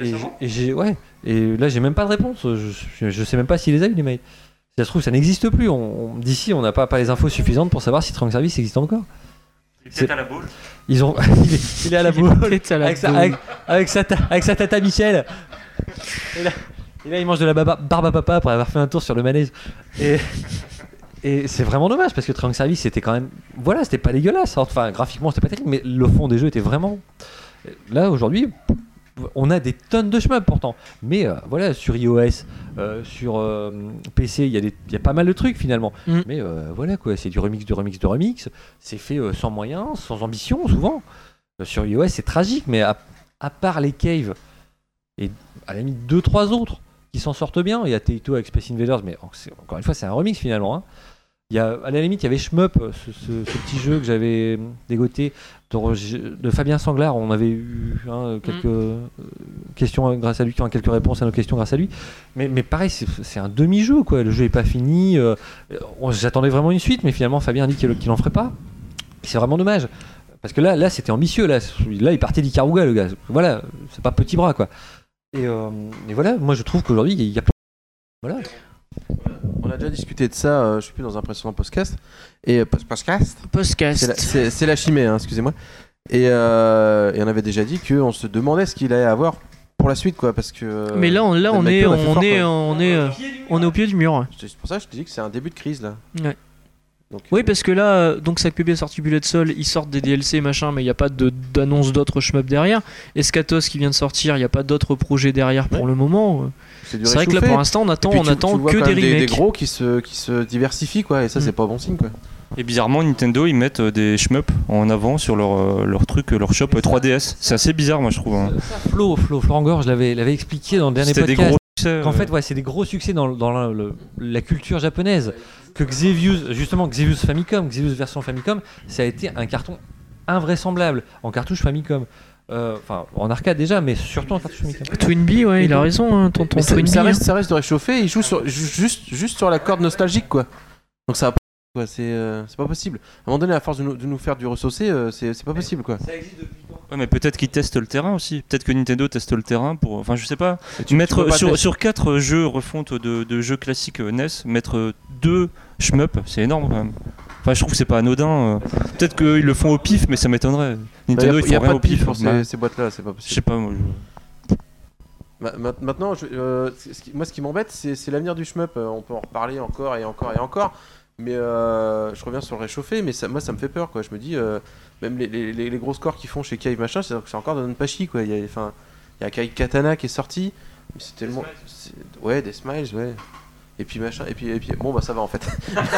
Speaker 2: Et là j'ai même pas de réponse. Je sais même pas s'il les a eu les mails. Si ça se trouve ça n'existe plus. D'ici on n'a pas les infos suffisantes pour savoir si Triangle Service existe encore.
Speaker 4: Il est peut-être à la boule.
Speaker 2: Ils ont il est à la boule avec sa tata Michel. Et là il mange de la barbe à papa après avoir fait un tour sur le manège. Et c'est vraiment dommage parce que Triangle Service c'était quand même c'était pas dégueulasse. Enfin graphiquement c'était pas terrible mais le fond des jeux était vraiment. Là aujourd'hui on a des tonnes de shmup pourtant, mais sur iOS, sur PC, il y a pas mal de trucs finalement. Mais voilà quoi, c'est du remix de remix. C'est fait sans moyens, sans ambition souvent. Sur iOS, c'est tragique, mais à part les caves et à la limite 2-3 autres qui s'en sortent bien. Il y a Taito avec Space Invaders, mais encore une fois, c'est un remix finalement. Hein. À la limite, il y avait Shmup, ce petit jeu que j'avais dégoté de Fabien Sanglard. On avait eu quelques questions grâce à lui, quelques réponses à nos questions grâce à lui. Mais pareil, c'est un demi-jeu, quoi. Le jeu est pas fini. J'attendais vraiment une suite, mais finalement, Fabien a dit qu'il n'en ferait pas. C'est vraiment dommage. Parce que là c'était ambitieux. Là, il partait d'Ikaruga, le gars. Voilà, c'est pas petit bras, quoi. Et voilà, moi je trouve qu'aujourd'hui, il y a plus. Voilà.
Speaker 5: On a déjà discuté de ça, je suis plus dans un précédent podcast. Et podcast. C'est la chimée, hein, excusez-moi. Et on avait déjà dit qu'on se demandait ce qu'il allait avoir pour la suite, quoi, parce que.
Speaker 1: Mais là, on est au pied du mur.
Speaker 5: C'est pour ça que je te dis que c'est un début de crise là.
Speaker 1: Ouais. Donc, oui, parce que là, Sac PB a sorti Bullet Soul, ils sortent des DLC machin, mais il n'y a pas d'annonce d'autres shmup derrière. Escatos qui vient de sortir, il n'y a pas d'autres projets derrière pour le moment. C'est vrai que là pour l'instant on attend que des remakes.
Speaker 5: Des gros qui se diversifient, quoi, et ça c'est pas bon signe, quoi.
Speaker 4: Et bizarrement Nintendo ils mettent des shmup en avant sur leur truc, leur shop 3DS. C'est assez bizarre, moi je trouve. Hein.
Speaker 2: Florent Gorge l'avait expliqué dans le dernier podcast.
Speaker 4: Des gros succès,
Speaker 2: qu'en fait c'est des gros succès dans la culture japonaise. Que Xevious Famicom, Xevious version Famicom, ça a été un carton invraisemblable en cartouche Famicom. En arcade déjà, mais surtout en cartouche Famicom.
Speaker 1: Twinbee, ouais, il a raison, tonton Twinbee.
Speaker 5: Ça reste de réchauffer, il joue juste sur la corde nostalgique, quoi. Donc ça quoi, c'est pas possible. À un moment donné, à force de nous faire du ressaucer, c'est pas possible, quoi. Ça existe depuis quand ?
Speaker 4: Ouais, mais peut-être qu'ils testent le terrain aussi. Peut-être que Nintendo teste le terrain pour. Enfin, je sais pas. Mettre sur 4 jeux refonte de jeux classiques NES, mettre 2 shmup, c'est énorme quand même. Enfin, je trouve que c'est pas anodin. Peut-être qu'ils le font au pif, mais ça m'étonnerait. Nintendo, ils font rien au pif
Speaker 5: pour ces boîtes-là, c'est pas possible.
Speaker 4: Je sais pas, moi.
Speaker 5: Maintenant, moi, ce qui m'embête, c'est l'avenir du shmup. On peut en reparler encore et encore et encore. Mais je reviens sur le réchauffé, mais moi ça me fait peur, quoi. Je me dis, même les gros scores qu'ils font chez Cave machin, c'est encore de Donpachi, quoi. Il y a Kai Katana qui est sorti, mais c'est tellement. Ouais, des Smiles, ouais. Et puis machin, et puis bon, bah ça va en fait.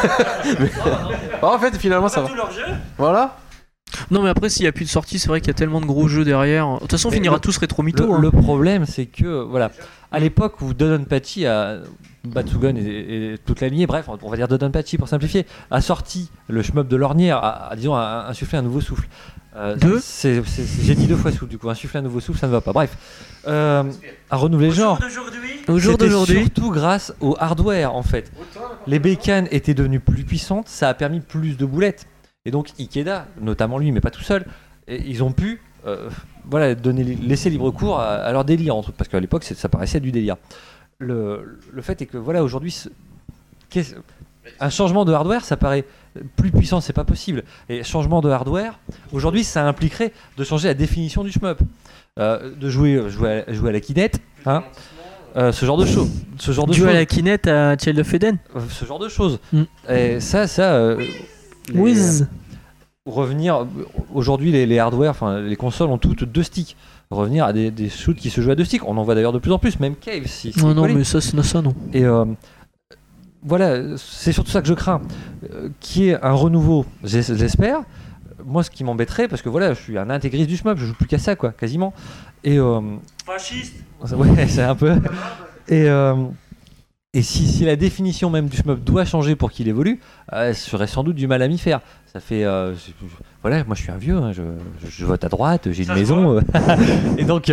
Speaker 5: En fait, finalement ça va. Voilà.
Speaker 1: Non, mais après, s'il n'y a plus de sortie, c'est vrai qu'il y a tellement de gros jeux derrière. De toute façon, on finira tous rétro mytho.
Speaker 2: Le problème, c'est que, voilà, à l'époque où Dodonpachi a. Batsugun et toute la lignée, bref, on va dire Dodonpachi pour simplifier, a sorti le shmup de l'ornière, a insufflé un nouveau souffle. J'ai dit 2 fois souffle, du coup, insuffler un nouveau souffle, ça ne va pas. Bref, à renouveler le genre. Au jour d'aujourd'hui. Surtout grâce au hardware, en fait. Les bécanes étaient devenues plus puissantes, ça a permis plus de boulettes. Et donc Ikeda, notamment lui, mais pas tout seul, ils ont pu laisser libre cours à leur délire, parce qu'à l'époque, ça paraissait du délire. Le fait est que voilà, aujourd'hui un changement de hardware, ça paraît plus puissant, c'est pas possible. Et changement de hardware, aujourd'hui, ça impliquerait de changer la définition du shmup, de jouer à la kinect, hein, ce genre de choses.
Speaker 1: Jouer à la kinect à Child of Eden,
Speaker 2: ce genre de choses. Et revenir aujourd'hui, les hardware, enfin les consoles ont toutes 2 sticks. Revenir à des shoots qui se jouent à 2 sticks, on en voit d'ailleurs de plus en plus, même Cave
Speaker 1: non mais ça non.
Speaker 2: Et voilà, c'est surtout ça que je crains, qui est un renouveau, j'espère, moi, ce qui m'embêterait, parce que voilà, je suis un intégriste du shmup, je joue plus qu'à ça, quoi, quasiment. Et
Speaker 1: Fasciste.
Speaker 2: ouais, c'est un peu. Et si la définition même du shmup doit changer pour qu'il évolue, j'aurais sans doute du mal à m'y faire. Ça fait, voilà, moi je suis un vieux, hein, je vote à droite, j'ai une maison, et donc,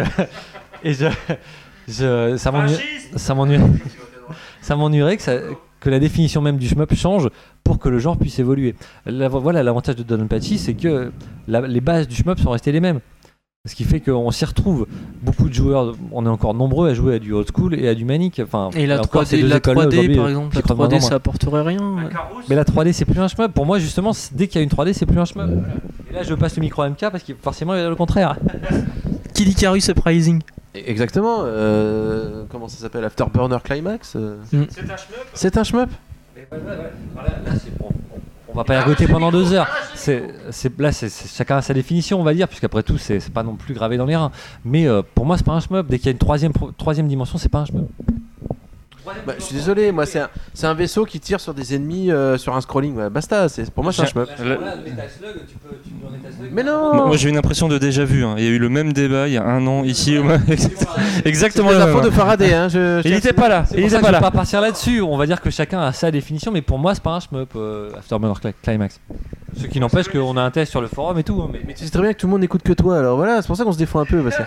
Speaker 2: ça m'ennuierait que la définition même du shmup change pour que le genre puisse évoluer. Voilà, l'avantage de Donpachi, c'est que les bases du shmup sont restées les mêmes. Ce qui fait qu'on s'y retrouve. Beaucoup de joueurs, on est encore nombreux à jouer à du old school et à du manique. Enfin,
Speaker 1: Et la
Speaker 2: encore,
Speaker 1: 3D,
Speaker 2: ces deux
Speaker 1: la
Speaker 2: écoles-là,
Speaker 1: 3D
Speaker 2: aujourd'hui,
Speaker 1: par exemple, la
Speaker 2: qui prennent
Speaker 1: 3D
Speaker 2: vraiment
Speaker 1: ça apporterait rien.
Speaker 2: mais la 3D c'est plus un shmup. Pour moi justement, dès qu'il y a une 3D c'est plus un shmup. Et là je passe le micro à MK parce que forcément il y a le contraire.
Speaker 1: Kid Icarus Uprising.
Speaker 5: Exactement. Comment ça s'appelle? Afterburner Climax.
Speaker 1: C'est un shmup.
Speaker 5: C'est un shmup.
Speaker 2: Là, c'est bon. On va pas y ergoter pendant 2 heures. Là, chacun a sa définition, on va dire, puisqu'après tout, c'est pas non plus gravé dans les reins. Mais pour moi, c'est pas un shmup. Dès qu'il y a une troisième dimension, c'est pas un shmup.
Speaker 5: Bah, je suis désolé, moi c'est un vaisseau qui tire sur des ennemis sur un scrolling. Ouais, basta, pour moi c'est un shmup. Mais non.
Speaker 4: Moi j'ai une impression de déjà vu. Hein. Il y a eu le même débat il y a 1 an ici. Exactement.
Speaker 5: La faute de Faraday. Hein.
Speaker 4: Il n'était pas là.
Speaker 2: Il était pas là. Je vais pas partir là-dessus. On va dire que chacun a sa définition, mais pour moi c'est pas un shmup. Afterburner Climax. Ce qui n'empêche qu'on a un test sur le forum et tout. Hein,
Speaker 5: mais tu sais très bien que tout le monde n'écoute que toi. Alors voilà, c'est pour ça qu'on se défend un peu. Parce que...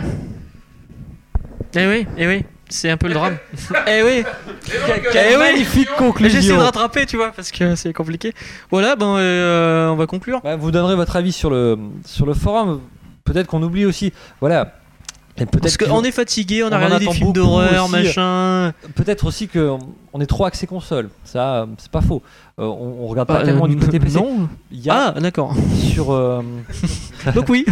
Speaker 1: Eh oui. C'est un peu le drame. Eh oui.
Speaker 2: Quelle magnifique conclusion.
Speaker 1: J'essaie de rattraper, tu vois, parce que c'est compliqué. Voilà, on va conclure.
Speaker 2: Vous donnerez votre avis sur le forum. Peut-être qu'on oublie aussi. Voilà. Et
Speaker 1: parce qu'on est fatigué, on a regardé des films d'horreur, machin.
Speaker 2: Peut-être aussi qu'on est trop axé console. Ça, c'est pas faux. On regarde pas tellement du côté PC.
Speaker 1: Non. D'accord.
Speaker 2: Sur.
Speaker 1: Donc oui.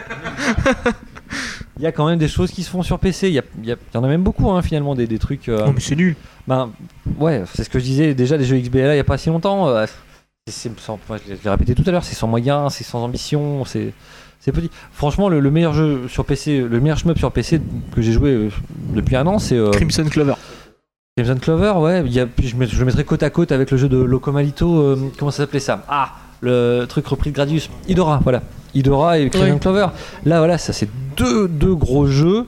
Speaker 2: Il y a quand même des choses qui se font sur PC. Il y en a même beaucoup, hein, finalement, des trucs.
Speaker 1: Non, mais c'est nul.
Speaker 2: Ouais, c'est ce que je disais déjà des jeux XBLA il y a pas si longtemps. Je l'ai répété tout à l'heure, c'est sans moyens, c'est sans ambition, c'est petit. Franchement, le meilleur jeu sur PC, le meilleur shmup sur PC que j'ai joué depuis 1 an, c'est
Speaker 1: Crimson Clover.
Speaker 2: Crimson Clover, ouais. Je le mettrais côte à côte avec le jeu de Locomalito. Comment ça s'appelait ça? Le truc repris de Gradius. Idora, voilà. Idora et Crimson Clover. Là, voilà, ça c'est deux gros jeux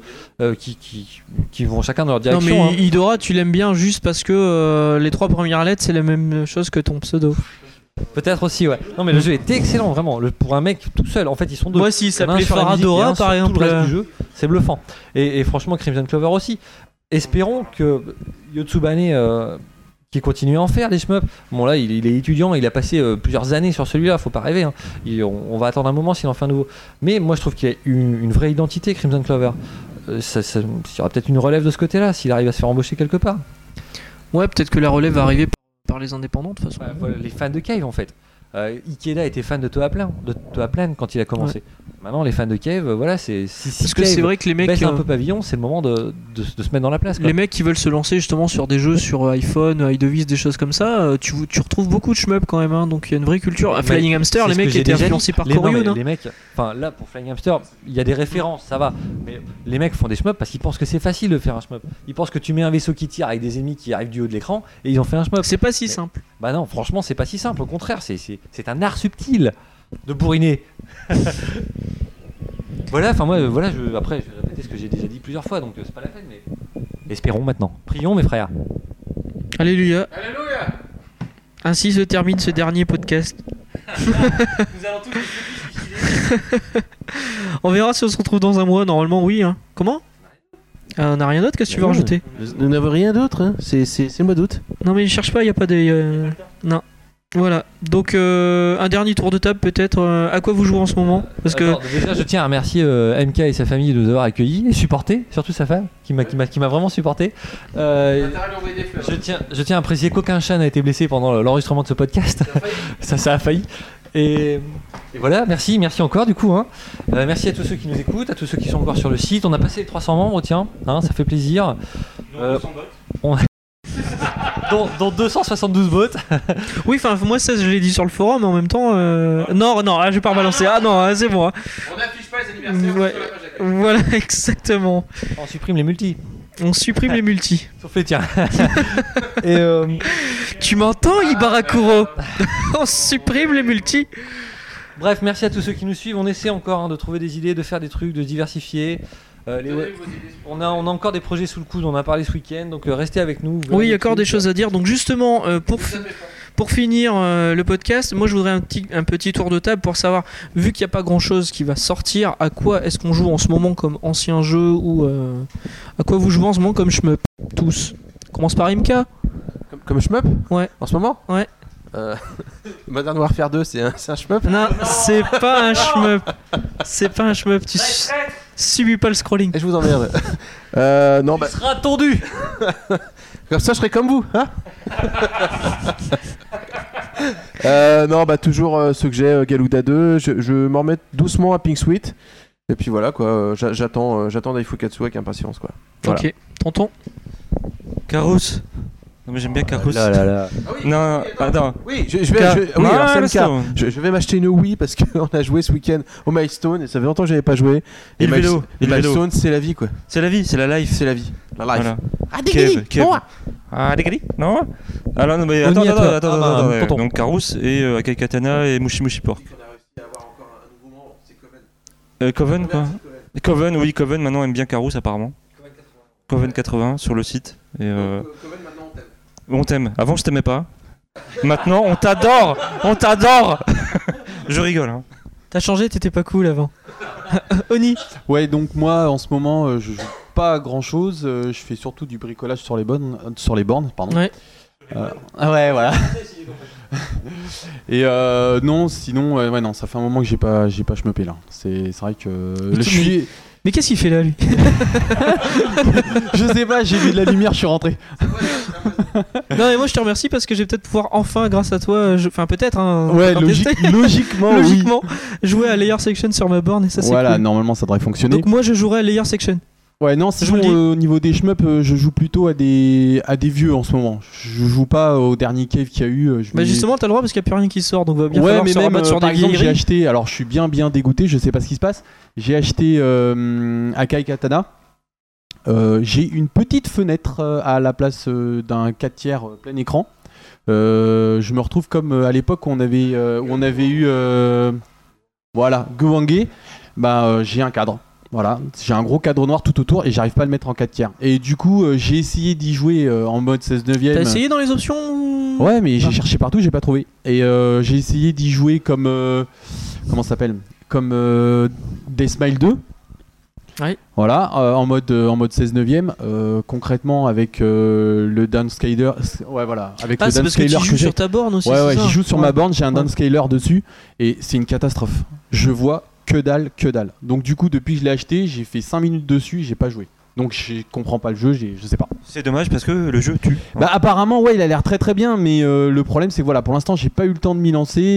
Speaker 2: qui vont chacun dans leur direction.
Speaker 1: Non, mais Idora, tu l'aimes bien juste parce que les 3 premières lettres, c'est la même chose que ton pseudo.
Speaker 2: Peut-être aussi, ouais. Non, mais le jeu était excellent, vraiment. Pour un mec tout seul, en fait, ils sont 2.
Speaker 1: Moi, s'il s'appelait Faradora, par exemple.
Speaker 2: Tout le reste du jeu, c'est bluffant. Et franchement, Crimson Clover aussi. Espérons que Yotsubane qui continue à en faire des shmups. Bon là il est étudiant, il a passé plusieurs années sur celui-là, faut pas rêver. Hein. On va attendre un moment s'il en fait un nouveau. Mais moi je trouve qu'il a une vraie identité, Crimson Clover. Il y aura peut-être une relève de ce côté-là, s'il arrive à se faire embaucher quelque part.
Speaker 1: Ouais, peut-être que la relève va arriver par les indépendants de toute façon.
Speaker 2: Voilà, les fans de Cave en fait. Ikeda était fan de Toaplan quand il a commencé. Ouais. Maintenant, les fans de Cave, voilà, si
Speaker 1: parce que c'est vrai que les mecs
Speaker 2: baissent un peu pavillon, c'est le moment de se mettre dans la place. Quoi.
Speaker 1: Les mecs qui veulent se lancer justement sur des jeux sur iPhone, iDevice, des choses comme ça, tu retrouves beaucoup de shmup quand même, hein, donc il y a une vraie culture. Flying Hamster, les mecs étaient influencés par Koryo,
Speaker 2: les mecs, enfin là pour Flying Hamster, il y a des références, ça va, mais les mecs font des shmup parce qu'ils pensent que c'est facile de faire un shmup. Ils pensent que tu mets un vaisseau qui tire avec des ennemis qui arrivent du haut de l'écran et ils ont fait un shmup.
Speaker 1: C'est pas si simple.
Speaker 2: Bah non, franchement, c'est pas si simple. Au contraire, c'est un art subtil de bourriner. Voilà, enfin moi, après, je vais répéter ce que j'ai déjà dit plusieurs fois, donc c'est pas la peine, mais espérons maintenant. Prions, mes frères.
Speaker 1: Alléluia. Ainsi se termine ce dernier podcast.
Speaker 2: Nous allons tous nous suicider.
Speaker 1: On verra si on se retrouve dans un mois. Normalement, oui. Hein. Comment? On n'a rien d'autre, qu'est-ce que tu veux rajouter?
Speaker 5: Nous n'avons rien d'autre, hein. C'est le mois d'août.
Speaker 1: Non mais cherche pas, il n'y a pas de... Non. Voilà, donc un dernier tour de table peut-être. À quoi vous jouez en ce moment? Parce que
Speaker 2: déjà, je tiens à remercier MK et sa famille de nous avoir accueillis et supportés, surtout sa femme qui m'a vraiment supporté. Je tiens à préciser qu'aucun chat n'a été blessé pendant l'enregistrement de ce podcast. ça a failli. Et voilà, merci encore du coup. Hein. Merci à tous ceux qui nous écoutent, à tous ceux qui sont encore sur le site. On a passé les 300 membres, tiens, hein, ça fait plaisir. Dont 272 bots.
Speaker 1: Oui, enfin moi ça je l'ai dit sur le forum, mais en même temps non, je vais pas rebalancer. Ah non, c'est bon. Hein.
Speaker 5: On n'affiche pas les anniversaires
Speaker 1: ouais.
Speaker 5: Sur la page d'accueil.
Speaker 1: Voilà, exactement.
Speaker 2: On supprime les multis.
Speaker 1: Les multis.
Speaker 2: Sauf les tiens. Et
Speaker 1: tu m'entends, Ibarakuro? On supprime les multis.
Speaker 2: Bref, merci à tous ceux qui nous suivent. On essaie encore de trouver des idées, de faire des trucs, de se diversifier. On a encore des projets sous le coude, on en a parlé ce week-end, donc restez avec nous.
Speaker 1: Oui, il y a encore des choses à dire. Donc justement, pour finir le podcast, moi je voudrais un petit tour de table pour savoir, vu qu'il n'y a pas grand-chose qui va sortir, à quoi est-ce qu'on joue en ce moment comme ancien jeu ou à quoi vous jouez en ce moment comme shmup tous. On commence par Imka.
Speaker 5: Comme shmup ?
Speaker 1: Ouais.
Speaker 5: En ce moment ?
Speaker 1: Ouais.
Speaker 5: Modern Warfare 2, c'est un shmup ?
Speaker 1: Non, c'est pas un shmup. C'est pas un shmup. Tu subis pas le scrolling.
Speaker 5: Et je vous emmerde. Non, bah.
Speaker 2: Tu seras attendu.
Speaker 5: Comme ça, je serai comme vous, hein. Non, bah toujours ceux que j'ai, Galuda 2. Je m'en remets doucement à Pink Sweet. Et puis voilà, quoi. J'attends Daifukatsu avec impatience, quoi. Voilà.
Speaker 1: Ok, tonton.
Speaker 4: Carous. Non, mais j'aime bien Carous.
Speaker 2: Là.
Speaker 4: Non, attends.
Speaker 5: Oui, je vais. Oui,
Speaker 4: Non,
Speaker 5: alors c'est
Speaker 4: laisse
Speaker 5: MK.
Speaker 4: donc.
Speaker 5: Je vais m'acheter une Wii parce qu'on a joué ce week-end au Milestone et ça fait longtemps que j'avais pas joué.
Speaker 4: Et le vélo.
Speaker 5: Et Milestone, c'est la vie, quoi.
Speaker 4: C'est la vie, c'est la life.
Speaker 5: C'est la vie. La life.
Speaker 4: Voilà.
Speaker 5: Ah,
Speaker 4: Kev.
Speaker 5: non.
Speaker 4: Ah, des gris. Non. Alors, non, mais
Speaker 2: On y est,
Speaker 4: attends.
Speaker 2: toi. Ah, bah,
Speaker 4: ouais.
Speaker 2: tonton.
Speaker 4: Donc, Carous et Akai Katana et Mushi Mushi Pork.
Speaker 5: On a réussi à avoir encore un nouveau membre, c'est Coven.
Speaker 4: Coven, quoi. Coven, oui, Coven maintenant aime bien Carous apparemment. Coven 80 sur le site. Et
Speaker 5: Coven, maintenant, on t'aime.
Speaker 4: on t'aime. Avant, je t'aimais pas. Maintenant, on t'adore. On t'adore. Je rigole. Hein.
Speaker 1: T'as changé, t'étais pas cool avant. Oni.
Speaker 3: Ouais, donc moi en ce moment je joue pas à grand chose, je fais surtout du bricolage sur les bornes, pardon.
Speaker 1: Ouais.
Speaker 3: Ouais, voilà. Et non, sinon ouais non, ça fait un moment que j'ai pas shmuppé là. C'est vrai que je suis
Speaker 1: Mais qu'est-ce qu'il fait là, lui?
Speaker 3: je sais pas, j'ai vu de la lumière, je suis rentré.
Speaker 1: Non, mais moi je te remercie parce que je vais peut-être pouvoir enfin, grâce à toi, enfin peut-être, hein,
Speaker 3: Ouais,
Speaker 1: enfin, tester.
Speaker 3: logiquement,
Speaker 1: jouer à Layer Section sur ma borne et ça c'est
Speaker 3: voilà,
Speaker 1: cool.
Speaker 3: normalement ça devrait fonctionner.
Speaker 1: Donc moi je jouerai à Layer Section.
Speaker 3: Ouais, non,
Speaker 1: Je
Speaker 3: sinon
Speaker 1: vous le dis.
Speaker 3: au niveau des shmups, je joue plutôt à des vieux en ce moment. Je joue pas au dernier cave qu'il y a eu.
Speaker 1: Bah justement t'as le droit parce qu'il n'y a plus rien qui sort, donc va bien
Speaker 3: ouais,
Speaker 1: falloir
Speaker 3: mais
Speaker 1: se
Speaker 3: même
Speaker 1: rabattre sur
Speaker 3: par
Speaker 1: des
Speaker 3: exemple, j'ai
Speaker 1: vieilleries.
Speaker 3: acheté, alors je suis bien dégoûté, je sais pas ce qui se passe. J'ai acheté Akai Katana. J'ai une petite fenêtre à la place d'un 4 tiers plein écran. Je me retrouve comme à l'époque où on avait eu voilà, Gwange. J'ai un cadre. Voilà, j'ai un gros cadre noir tout autour et j'arrive pas à le mettre en 4 tiers. Et du coup, j'ai essayé d'y jouer en mode 16/9.
Speaker 1: T'as essayé dans les options ou...
Speaker 3: Ouais, mais j'ai cherché partout, j'ai pas trouvé. Et j'ai essayé d'y jouer comme comment ça s'appelle, comme Deathmile 2.
Speaker 1: Ouais.
Speaker 3: Voilà, en mode 16/9. Concrètement avec le downscaler. Ouais, voilà, avec
Speaker 1: Ah,
Speaker 3: le
Speaker 1: c'est parce que
Speaker 3: downscaler
Speaker 1: tu joues sur ta borne aussi.
Speaker 3: Ouais,
Speaker 1: c'est
Speaker 3: ouais,
Speaker 1: ça
Speaker 3: j'y joue sur
Speaker 1: Ouais.
Speaker 3: ma borne, j'ai un
Speaker 1: Ouais.
Speaker 3: downscaler dessus et c'est une catastrophe. Je vois que dalle. Donc du coup, depuis que je l'ai acheté, j'ai fait 5 minutes dessus, j'ai pas joué. Donc je comprends pas le jeu, je sais pas.
Speaker 4: C'est dommage parce que le jeu tue.
Speaker 3: Bah apparemment ouais, il a l'air très bien, mais le problème c'est que voilà, pour l'instant j'ai pas eu le temps de m'y lancer.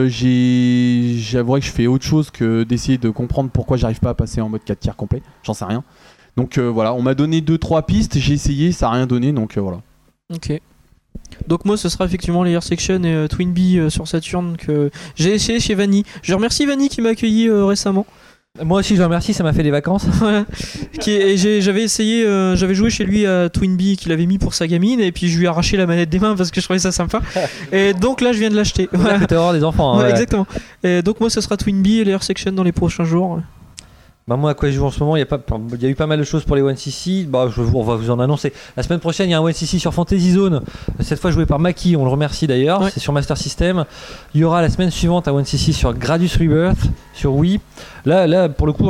Speaker 3: J'avouerai que je fais autre chose que d'essayer de comprendre pourquoi j'arrive pas à passer en mode 4 tiers complet. J'en sais rien. Donc voilà, on m'a donné 2-3 pistes, j'ai essayé, ça a rien donné, donc voilà.
Speaker 1: Ok. Donc moi ce sera effectivement Layer Section et Twin Bee sur Saturn que j'ai essayé chez Vanny. Je remercie Vanny qui m'a accueilli récemment.
Speaker 2: Moi aussi, je le remercie, ça m'a fait des vacances.
Speaker 1: Voilà. J'avais essayé, j'avais joué chez lui à Twin Bee qu'il avait mis pour sa gamine et puis je lui ai arraché la manette des mains parce que je trouvais ça sympa. Et donc là je viens de l'acheter. Voilà.
Speaker 2: C'était avoir des enfants.
Speaker 1: Ouais,
Speaker 2: Ouais.
Speaker 1: exactement. Et donc moi ce sera Twin Bee et Layer Section dans les prochains jours.
Speaker 2: Bah moi à quoi je joue en ce moment, il y a eu pas mal de choses pour les 1cc, on va vous en annoncer. La semaine prochaine il y a un 1cc sur Fantasy Zone, cette fois joué par Maki, on le remercie d'ailleurs,
Speaker 1: Ouais.
Speaker 2: c'est sur Master System. Il y aura la semaine suivante un 1cc sur Gradius Rebirth, sur Wii. Là pour le coup,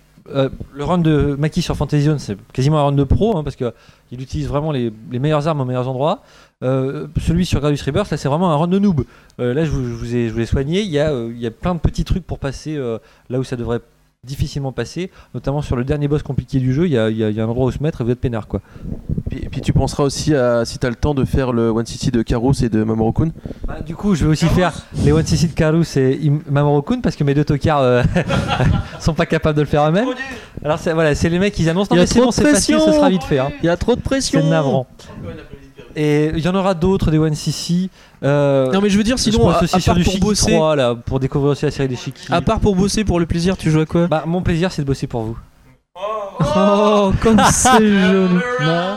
Speaker 2: le run de Maki sur Fantasy Zone c'est quasiment un run de pro, parce qu'il utilise vraiment les meilleures armes aux meilleurs endroits. Celui sur Gradius Rebirth, là c'est vraiment un run de noob. Là je vous ai soigné, il y a plein de petits trucs pour passer là où ça devrait difficilement passer, notamment sur le dernier boss compliqué du jeu, il y a un endroit où se mettre et vous êtes peinard quoi.
Speaker 5: Et puis tu penseras aussi à, si t'as le temps, de faire le 1cc de Carous et de Mamoru-kun.
Speaker 2: Du coup je vais aussi faire les 1cc de Carous et Mamoru-kun parce que mes deux tocards sont pas capables de le faire eux-mêmes. Alors c'est les mecs qui annoncent non
Speaker 1: Il y a
Speaker 2: mais c'est
Speaker 1: trop
Speaker 2: bon,
Speaker 1: de
Speaker 2: c'est facile,
Speaker 1: pression.
Speaker 2: ça sera vite fait.
Speaker 1: Il y a trop de pression.
Speaker 2: C'est navrant. Et il y en aura d'autres des 1cc.
Speaker 1: Non mais je veux dire
Speaker 2: je
Speaker 1: sinon
Speaker 2: pense
Speaker 1: à
Speaker 2: aussi
Speaker 1: part
Speaker 2: sur du
Speaker 1: pour
Speaker 2: Shiki
Speaker 1: bosser,
Speaker 2: 3 là, pour découvrir aussi la série des Shiki.
Speaker 1: à part pour bosser pour le plaisir, tu joues à quoi?
Speaker 2: Bah mon plaisir c'est de bosser pour vous.
Speaker 1: Oh comme c'est joli.
Speaker 2: Non.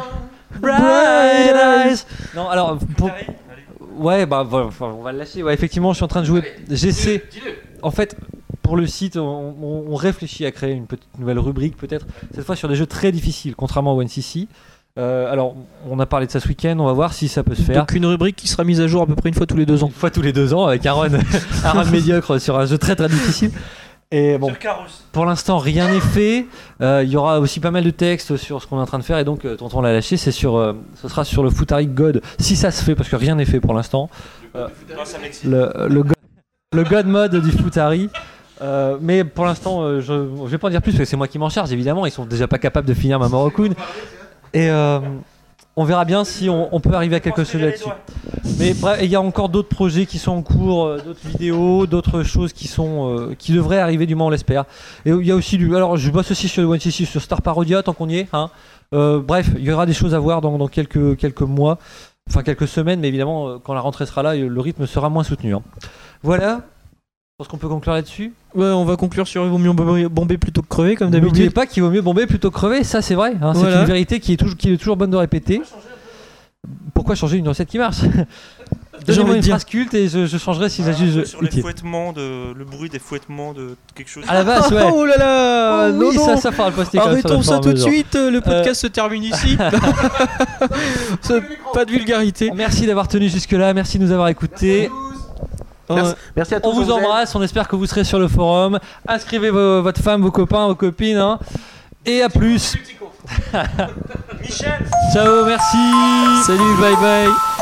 Speaker 2: Bright eyes. Non alors pour... Ouais bah voilà, on va le lâcher. Ouais effectivement je suis en train de jouer. J'essaie. en fait, pour le site, on réfléchit à créer une petite nouvelle rubrique, peut-être, cette fois sur des jeux très difficiles, contrairement au NCC. Alors, on a parlé de ça ce week-end, on va voir si ça peut se faire.
Speaker 1: Donc une rubrique qui sera mise à jour à peu près une fois tous les 2 ans.
Speaker 2: Une fois tous les 2 ans, avec un run, un run médiocre sur un jeu très très difficile. Et bon, pour l'instant, rien n'est fait. Il y aura aussi pas mal de textes sur ce qu'on est en train de faire, et donc Tonton l'a lâché. Ce sera sur le Futari God, si ça se fait, parce que rien n'est fait pour l'instant. Le God mode du Futari. Mais pour l'instant, je vais pas en dire plus parce que c'est moi qui m'en charge. Évidemment, ils sont déjà pas capables de finir Mamoru-kun. Et on verra bien si on peut arriver à quelque chose là-dessus. Mais bref, il y a encore d'autres projets qui sont en cours, d'autres vidéos, d'autres choses qui devraient arriver, du moins on l'espère. Et il y a aussi alors je bosse aussi sur le 1cc, sur Star Parodia tant qu'on y est. Hein. Bref, il y aura des choses à voir dans quelques mois, enfin quelques semaines, mais évidemment quand la rentrée sera là, le rythme sera moins soutenu. Hein. Voilà. Je pense qu'on peut conclure là-dessus.
Speaker 1: Ouais, on va conclure sur il vaut mieux bomber plutôt que crever comme d'habitude.
Speaker 2: N'oubliez pas qu'il vaut mieux bomber plutôt que crever, ça c'est vrai. Hein, voilà. C'est une vérité qui est toujours bonne de répéter. Pourquoi changer une recette qui marche? Donnez-moi une phrase culte et je changerai si ça juge
Speaker 4: sur
Speaker 2: utile.
Speaker 4: Le bruit des fouettements de quelque chose.
Speaker 2: À la base, ouais.
Speaker 1: Oh là là,
Speaker 2: non, oui, ça fera le poster.
Speaker 1: Arrêtons ça tout de suite, le podcast se termine ici. Pas de vulgarité.
Speaker 2: Merci d'avoir tenu jusque-là, merci de nous avoir écoutés.
Speaker 5: Merci à tous.
Speaker 2: On vous embrasse, on espère que vous serez sur le forum. Inscrivez votre femme, vos copains, vos copines. Hein. Et à plus.
Speaker 4: Michel.
Speaker 2: Ciao, merci.
Speaker 1: Salut, bye bye.